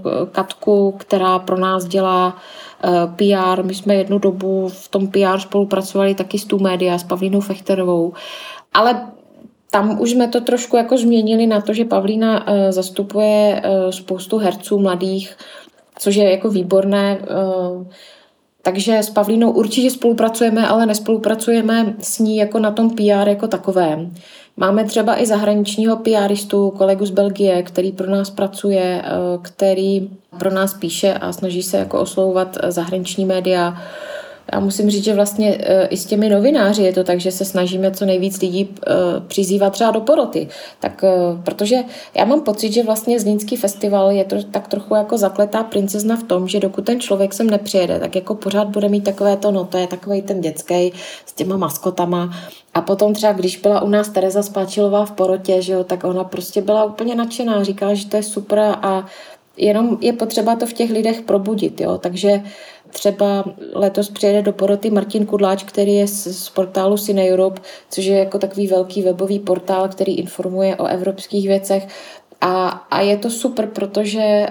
Katku, která pro nás dělá PR. My jsme jednu dobu v tom PR spolupracovali taky s Tu Media, s Pavlínou Fechterovou. Ale tam už jsme to trošku jako změnili na to, že Pavlína zastupuje spoustu herců mladých, což je jako výborné. Takže s Pavlínou určitě spolupracujeme, ale nespolupracujeme s ní jako na tom PR jako takovém. Máme třeba i zahraničního PRistu, kolegu z Belgie, který pro nás pracuje, který pro nás píše a snaží se jako oslovovat zahraniční média. Já musím říct, že vlastně i s těmi novináři je to tak, že se snažíme co nejvíc lidí přizývat třeba do poroty. Tak, protože já mám pocit, že vlastně Zlínský festival je to tak trochu jako zakletá princezna v tom, že dokud ten člověk sem nepřijede, tak jako pořád bude mít takové to, no to je takovej ten dětský s těma maskotama. A potom třeba, když byla u nás Tereza Spáčilová v porotě, že jo, tak ona prostě byla úplně nadšená, říkala, že to je super a jenom je potřeba to v těch lidech probudit, jo, takže třeba letos přijede do poroty Martin Kudláč, který je z portálu Cine Europe, což je jako takový velký webový portál, který informuje o evropských věcech a je to super, protože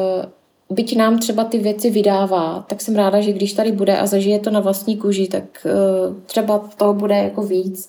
byť nám třeba ty věci vydává, tak jsem ráda, že když tady bude a zažije to na vlastní kůži, tak třeba toho bude jako víc.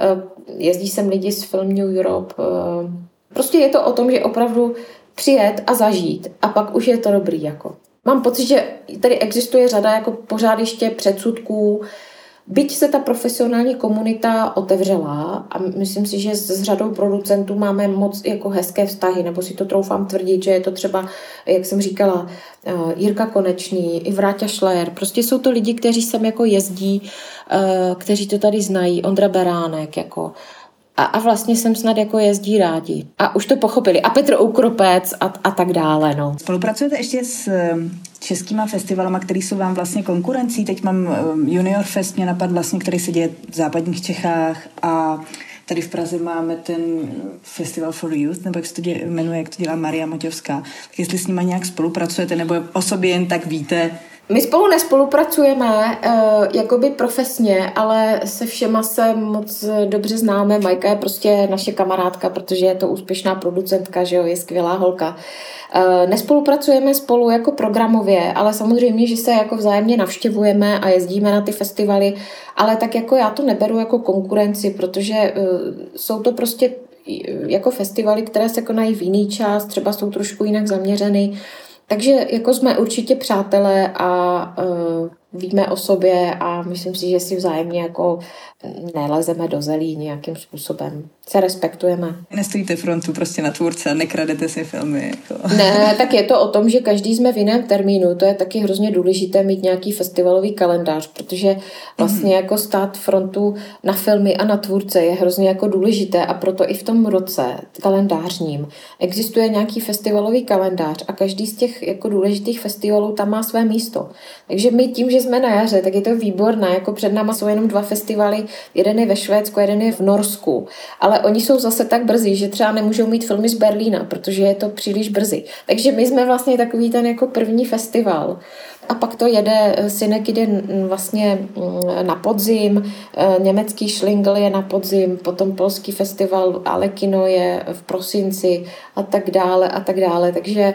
Jezdí sem lidi z Film New Europe. Prostě je to o tom, že opravdu přijet a zažít a pak už je to dobrý. Jako. Mám pocit, že tady existuje řada jako pořád ještě předsudků, byť se ta profesionální komunita otevřela a myslím si, že s řadou producentů máme moc jako hezké vztahy, nebo si to troufám tvrdit, že je to třeba, jak jsem říkala, Jirka Konečný, i Vráťa Šlér. Prostě jsou to lidi, kteří sem jako jezdí, kteří to tady znají, Ondra Beránek, jako a vlastně sem snad jako jezdí rádi. A už to pochopili. A Petr Ukropec a tak dále. No. Spolupracujete ještě s českýma festivalama, který jsou vám vlastně konkurencí? Teď mám Junior Fest, mě napadl vlastně, který se děje v západních Čechách a tady v Praze máme ten Festival for Youth, nebo jak se to jmenuje, jak to dělá Maria Moťovská. Tak jestli s nima nějak spolupracujete, nebo o sobě jen tak víte? My spolu nespolupracujeme jakoby profesně, ale se všema se moc dobře známe. Majka je prostě naše kamarádka, protože je to úspěšná producentka, že jo, je skvělá holka. Nespolupracujeme spolu jako programově, ale samozřejmě, že se jako vzájemně navštěvujeme a jezdíme na ty festivaly, ale tak jako já to neberu jako konkurenci, protože jsou to prostě jako festivaly, které se konají v jiný čas, třeba jsou trošku jinak zaměřeny. Takže jako jsme určitě přátelé a víme o sobě a myslím si, že si vzájemně jako nelezeme do zelí nějakým způsobem. Se respektujeme. Nestojíte frontu prostě na tvůrce a nekradete si filmy. Jako. Ne, tak je to o tom, že každý jsme v jiném termínu. To je taky hrozně důležité mít nějaký festivalový kalendář, protože vlastně jako stát frontu na filmy a na tvůrce je hrozně jako důležité a proto i v tom roce kalendářním existuje nějaký festivalový kalendář a každý z těch jako důležitých festivalů tam má své místo. Takže my tím, že jsme na jaře, tak je to výborné. Jako před náma jsou jenom 2 festivaly, jeden je ve Švédsku, jeden je v Norsku. Ale oni jsou zase tak brzy, že třeba nemůžou mít filmy z Berlína, protože je to příliš brzy. Takže my jsme vlastně takový ten jako první festival. A pak to jede, Synek jde vlastně na podzim, německý Schlingel je na podzim, potom polský festival Alekino je v prosinci a tak dále a tak dále. Takže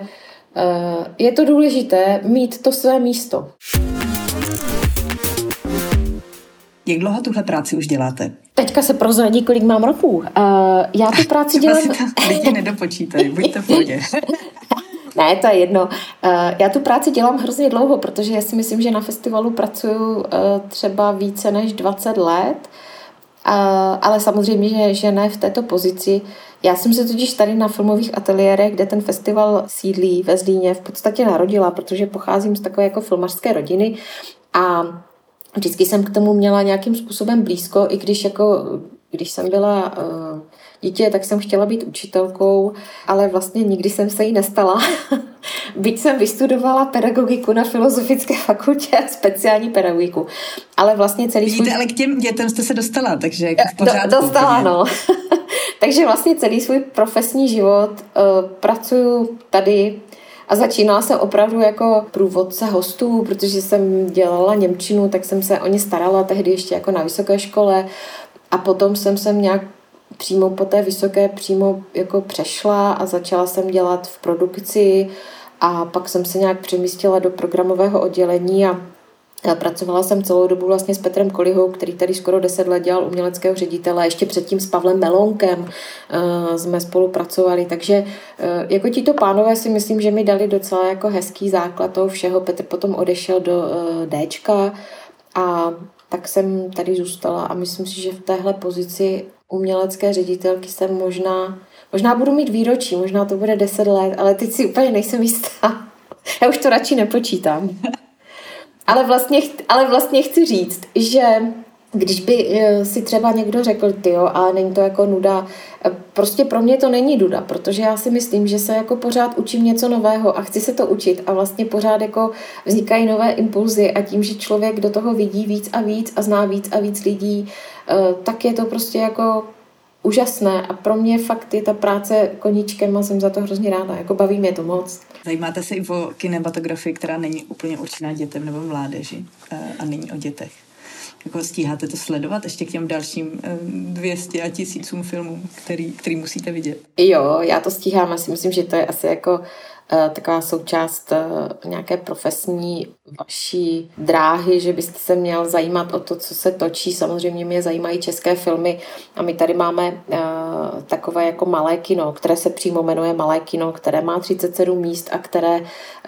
je to důležité mít to své místo. Jak dlouho tuhle práci už děláte? Teďka se prozradí, kolik mám roků. Já tu práci dělám... Lidi nedopočítají, buďte v pohodě. Ne, to je jedno. Já tu práci dělám hrozně dlouho, protože já si myslím, že na festivalu pracuju třeba více než 20 let, ale samozřejmě, že ne v této pozici. Já jsem se totiž tady na filmových ateliérech, kde ten festival sídlí ve Zlíně, v podstatě narodila, protože pocházím z takové jako filmařské rodiny a vždycky jsem k tomu měla nějakým způsobem blízko, i když jsem byla dítě, tak jsem chtěla být učitelkou, ale vlastně nikdy jsem se jí nestala. Byť jsem vystudovala pedagogiku na Filozofické fakultě a speciální pedagogiku. Ale vlastně celý svůj... ale k těm dětem jste se dostala, takže v pořádku. Dostala, no. Takže vlastně celý svůj profesní život pracuju tady a začínala jsem opravdu jako průvodce hostů, protože jsem dělala němčinu, tak jsem se o ně starala tehdy ještě jako na vysoké škole a potom jsem se nějak přímo po té vysoké jako přešla a začala jsem dělat v produkci a pak jsem se nějak přemístila do programového oddělení a pracovala jsem celou dobu vlastně s Petrem Kolihou, který tady skoro 10 let dělal uměleckého ředitele, ještě předtím s Pavlem Melonkem jsme spolupracovali, takže jako tito pánové si myslím, že mi dali docela jako hezký základ toho všeho. Petr potom odešel do Dčka a tak jsem tady zůstala a myslím si, že v téhle pozici umělecké ředitelky jsem možná budu mít výročí, možná to bude 10 let, ale teď si úplně nejsem jistá. Já už to radši nepočítám. Ale vlastně chci říct, že když by si třeba někdo řekl, tyjo, ale není to jako nuda, prostě pro mě to není nuda, protože já si myslím, že se jako pořád učím něco nového a chci se to učit a vlastně pořád jako vznikají nové impulzy a tím, že člověk do toho vidí víc a zná víc a víc lidí, tak je to prostě jako úžasné a pro mě fakt je ta práce koníčkem a jsem za to hrozně ráda, jako baví mě to moc. Zajímáte se i o kinematografii, která není úplně určená dětem nebo mládeži a není o dětech? Jako stíháte to sledovat ještě k těm dalším 200 a 1000 filmům, který musíte vidět? Jo, já to stíhám. Já si myslím, že to je asi jako taková součást nějaké profesní vaší dráhy, že byste se měl zajímat o to, co se točí. Samozřejmě mě zajímají české filmy a my tady máme takové jako malé kino, které se přímo jmenuje Malé kino, které má 37 míst a které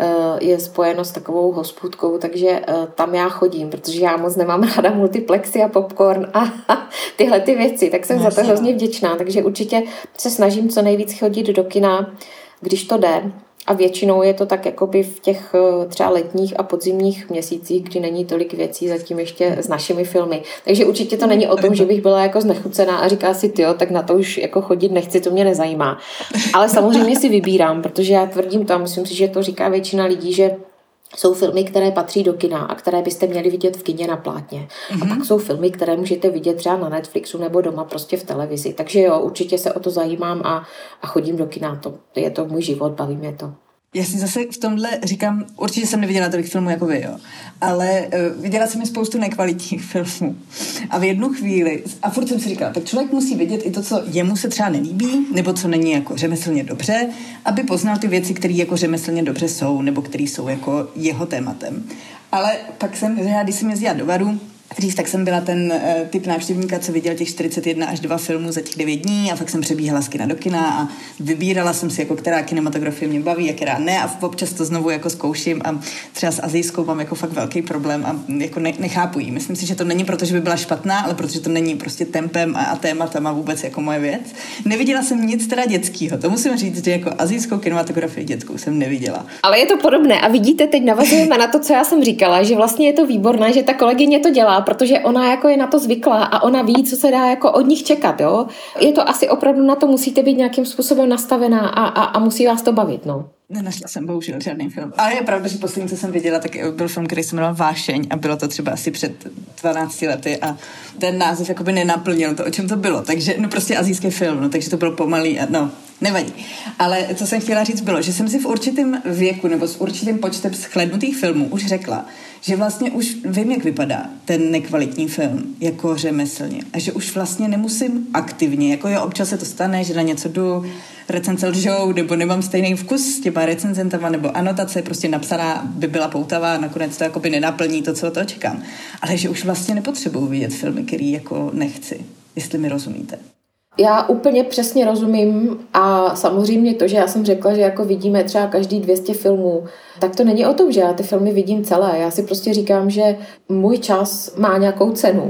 je spojeno s takovou hospůdkou, takže tam já chodím, protože já moc nemám ráda multiplexy a popcorn a tyhle ty věci, tak jsem za to hrozně vděčná, takže určitě se snažím co nejvíc chodit do kina, když to jde. A většinou je to tak jakoby v těch třeba letních a podzimních měsících, kdy není tolik věcí zatím ještě s našimi filmy. Takže určitě to není o tom, že bych byla jako znechucená a říká si, tyjo, tak na to už jako chodit nechci, to mě nezajímá. Ale samozřejmě si vybírám, protože já tvrdím to a myslím si, že to říká většina lidí, že jsou filmy, které patří do kina a které byste měli vidět v kině na plátně. A pak jsou filmy, které můžete vidět třeba na Netflixu nebo doma prostě v televizi. Takže jo, určitě se o to zajímám a chodím do kina. Je to můj život, baví mě to. Já si zase v tomhle říkám, určitě jsem neviděla tolik filmů jako vy, jo. Ale viděla jsem i spoustu nekvalitních filmů. A v jednu chvíli, a furt jsem si říkala, tak člověk musí vidět i to, co jemu se třeba nelíbí, nebo co není jako řemeslně dobře, aby poznal ty věci, které jako řemeslně dobře jsou, nebo které jsou jako jeho tématem. Ale pak když jsem jezdila do Varu, tak jsem byla ten typ návštěvníka, co viděl těch 41 až 2 filmů za těch 9 dní a fakt jsem přebíhala z kina do kina a vybírala jsem si, jako která kinematografie mě baví a která ne a občas to znovu jako zkouším a třeba s azijskou mám jako fakt velký problém a jako nechápu jí. Myslím si, že to není proto, že by byla špatná, ale protože to není prostě tempem a tématama vůbec jako moje věc. Neviděla jsem nic teda dětského. To musím říct, že jako azijskou kinematografii dětskou jsem neviděla. Ale je to podobné a vidíte, teď navazujeme na to, co já jsem říkala, že vlastně je to výborné, že ta kolegyně to dělá, protože ona jako je na to zvyklá a ona ví, co se dá jako od nich čekat, jo. Je to asi opravdu na to, musíte být nějakým způsobem nastavená a musí vás to bavit, no. Nenašla jsem bohužel žádný film. Ale je pravda, že poslední, co jsem viděla, tak byl film, který se jmenoval Vášeň a bylo to třeba asi před 12 lety a ten název jakoby nenaplnil to, o čem to bylo. Takže, no prostě asijský film, no, takže to bylo pomalý a no, nevadí. Ale co jsem chtěla říct bylo, že jsem si v určitém věku nebo s určitým počtem shlédnutých filmů už řekla, že vlastně už vím, jak vypadá ten nekvalitní film jako řemeslně a že už vlastně nemusím aktivně, jako jo, občas se to stane, že na něco jdu, recenze lžou, nebo nemám stejný vkus s těma recenzentama, nebo anotace prostě napsaná by byla poutavá a nakonec to jakoby nenaplní to, co od toho čekám. Ale že už vlastně nepotřebuji vidět filmy, který jako nechci, jestli mi rozumíte. Já úplně přesně rozumím a samozřejmě to, že já jsem řekla, že jako vidíme třeba každý 200 filmů, tak to není o tom, že já ty filmy vidím celé. Já si prostě říkám, že můj čas má nějakou cenu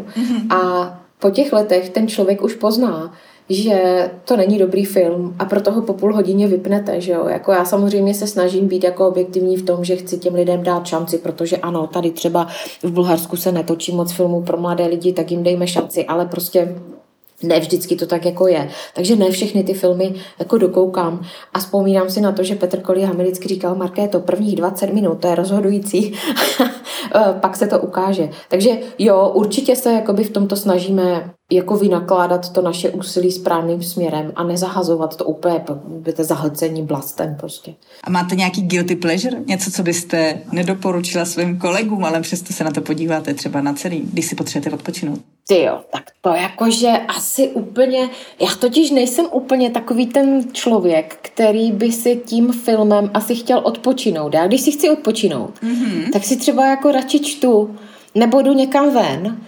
a po těch letech ten člověk už pozná, že to není dobrý film a proto ho po půl hodině vypnete, že jo. Jako já samozřejmě se snažím být jako objektivní v tom, že chci těm lidem dát šanci, protože ano, tady třeba v Bulharsku se netočí moc filmů pro mladé lidi, tak jim dejme šanci, ale prostě ne vždycky to tak jako je. Takže ne všechny ty filmy jako dokoukám. A vzpomínám si na to, že Petr Kolíha mi vždycky říkal, Markéto, prvních 20 minut, to je rozhodující. Pak se to ukáže. Takže jo, určitě se jakoby v tomto snažíme jako vynakládat to naše úsilí správným směrem a nezahazovat to úplně, budete zahlcení blastem prostě. A máte nějaký guilty pleasure? Něco, co byste nedoporučila svým kolegům, ale přesto se na to podíváte třeba na celý, když si potřebujete odpočinout? Ty jo, tak to jakože asi úplně, já totiž nejsem úplně takový ten člověk, který by si tím filmem asi chtěl odpočinout. Já když si chci odpočinout, tak si třeba jako radši čtu, nebo jdu někam ven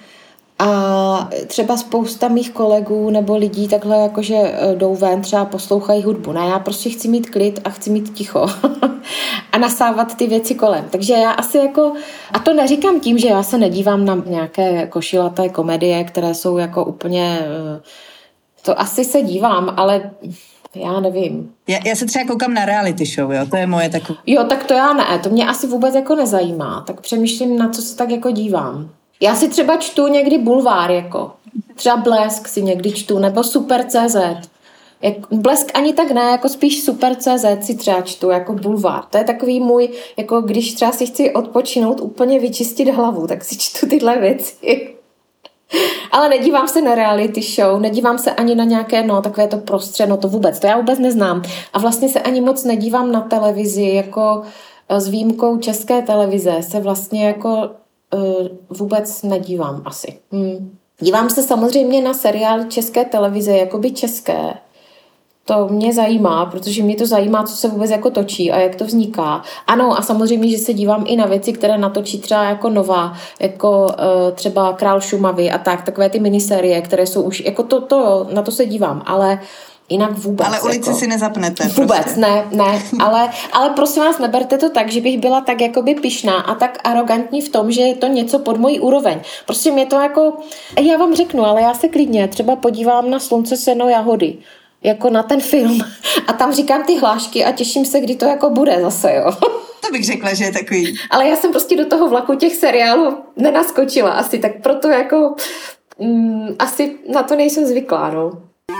a třeba spousta mých kolegů nebo lidí takhle jakože jdou ven, třeba poslouchají hudbu. No já prostě chci mít klid a chci mít ticho a nasávat ty věci kolem. Takže já asi jako, a to neříkám tím, že já se nedívám na nějaké košilaté komedie, které jsou jako úplně, to asi se dívám, ale Já nevím. Já se třeba koukám na reality show, jo, to je moje takové. Jo, tak to já ne, to mě asi vůbec jako nezajímá, tak přemýšlím, na co se tak jako dívám. Já si třeba čtu někdy bulvár, jako třeba Blesk si někdy čtu, nebo Super.cz. Blesk ani tak ne, jako spíš Super.cz si třeba čtu, jako bulvár. To je takový můj, jako když třeba si chci odpočinout, úplně vyčistit hlavu, tak si čtu tyhle věci. Ale nedívám se na reality show, nedívám se ani na nějaké, takové to prostředí, to vůbec, to já vůbec neznám. A vlastně se ani moc nedívám na televizi, jako s výjimkou České televize se vlastně jako vůbec nedívám asi. Dívám se samozřejmě na seriály České televize, jakoby české. To mě zajímá, protože mě to zajímá, co se vůbec jako točí a jak to vzniká. Ano, a samozřejmě, že se dívám i na věci, které natočí třeba jako nová, jako třeba Král Šumavy a takové ty minisérie, které jsou už, jako na to se dívám, ale jinak vůbec. Ale ulici si nezapnete. Vůbec, prostě. ne, ale prosím vás, neberte to tak, že bych byla tak jakoby pyšná a tak arrogantní v tom, že je to něco pod mojí úroveň. Prostě mě to jako, já vám řeknu, ale já se klidně třeba podívám na Slunce, seno, jahody, jako na ten film a tam říkám ty hlášky a těším se, kdy to jako bude zase, jo. To bych řekla, že je takový. Ale já jsem prostě do toho vlaku těch seriálů nenaskočila asi, tak proto jako asi na to nejsem zvyklá, no.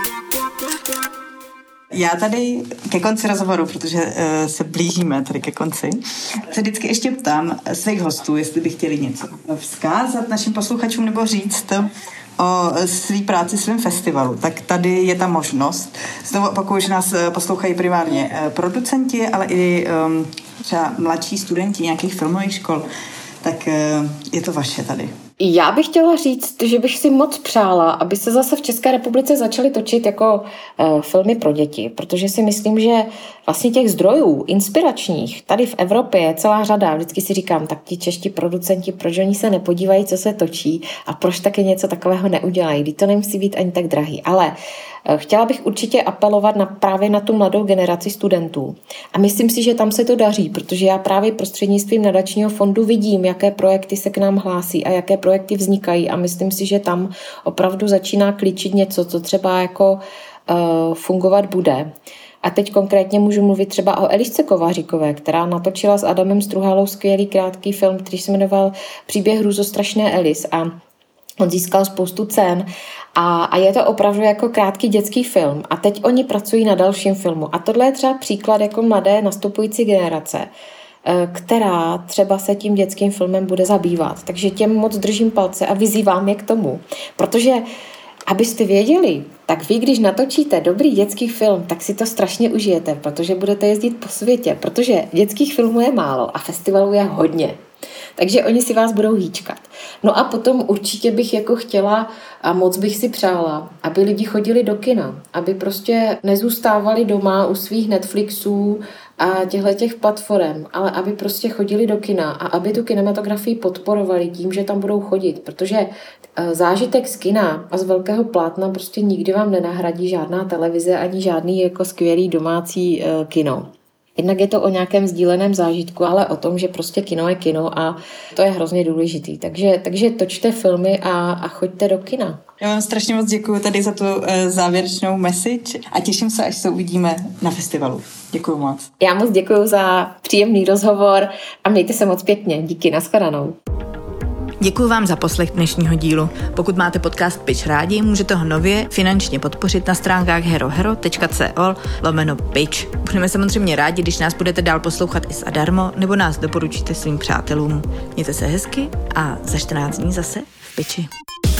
Já tady ke konci rozhovoru, protože se blížíme tady ke konci, se vždycky ještě ptám svých hostů, jestli by chtěli něco vzkázat našim posluchačům nebo říct o svý práci, svém festivalu. Tak tady je ta možnost. Znovu opakuju, že nás poslouchají primárně producenti, ale i třeba mladší studenti nějakých filmových škol. Tak je to vaše tady. Já bych chtěla říct, že bych si moc přála, aby se zase v České republice začaly točit jako filmy pro děti, protože si myslím, že vlastně těch zdrojů inspiračních tady v Evropě je celá řada. Vždycky si říkám, tak ti čeští producenti, proč oni se nepodívají, co se točí a proč taky něco takového neudělají, když to nemusí být ani tak drahý. Ale chtěla bych určitě apelovat právě na tu mladou generaci studentů. A myslím si, že tam se to daří, protože já právě prostřednictvím nadačního fondu vidím, jaké projekty se k nám hlásí a jaké projekty vznikají a myslím si, že tam opravdu začíná klíčit něco, co třeba jako fungovat bude. A teď konkrétně můžu mluvit třeba o Elišce Kováříkové, která natočila s Adamem Struhalou skvělý krátký film, který se jmenoval Příběh hrůzostrašné Elis a on získal spoustu cen a je to opravdu jako krátký dětský film. A teď oni pracují na dalším filmu. A tohle je třeba příklad jako mladé nastupující generace, která třeba se tím dětským filmem bude zabývat. Takže těm moc držím palce a vyzývám je k tomu. Protože, abyste věděli, tak vy, když natočíte dobrý dětský film, tak si to strašně užijete, protože budete jezdit po světě, protože dětských filmů je málo a festivalů je hodně. Takže oni si vás budou hýčkat. No a potom určitě bych jako chtěla a moc bych si přála, aby lidi chodili do kina, aby prostě nezůstávali doma u svých Netflixů a těch platform, ale aby prostě chodili do kina a aby tu kinematografii podporovali tím, že tam budou chodit, protože zážitek z kina a z velkého plátna prostě nikdy vám nenahradí žádná televize ani žádný jako skvělý domácí kino. Jednak je to o nějakém sdíleném zážitku, ale o tom, že prostě kino je kino a to je hrozně důležitý. Takže točte filmy a choďte do kina. Já vám strašně moc děkuji tady za tu závěrečnou message a těším se, až se uvidíme na festivalu. Děkuji moc. Já moc děkuji za příjemný rozhovor a mějte se moc pěkně. Díky, nashledanou. Děkuji vám za poslech dnešního dílu. Pokud máte podcast Pitch rádi, můžete ho nově finančně podpořit na stránkách herohero.co/pitch. Budeme samozřejmě rádi, když nás budete dál poslouchat i zadarmo, nebo nás doporučíte svým přátelům. Mějte se hezky a za 14 dní zase v Pitchi.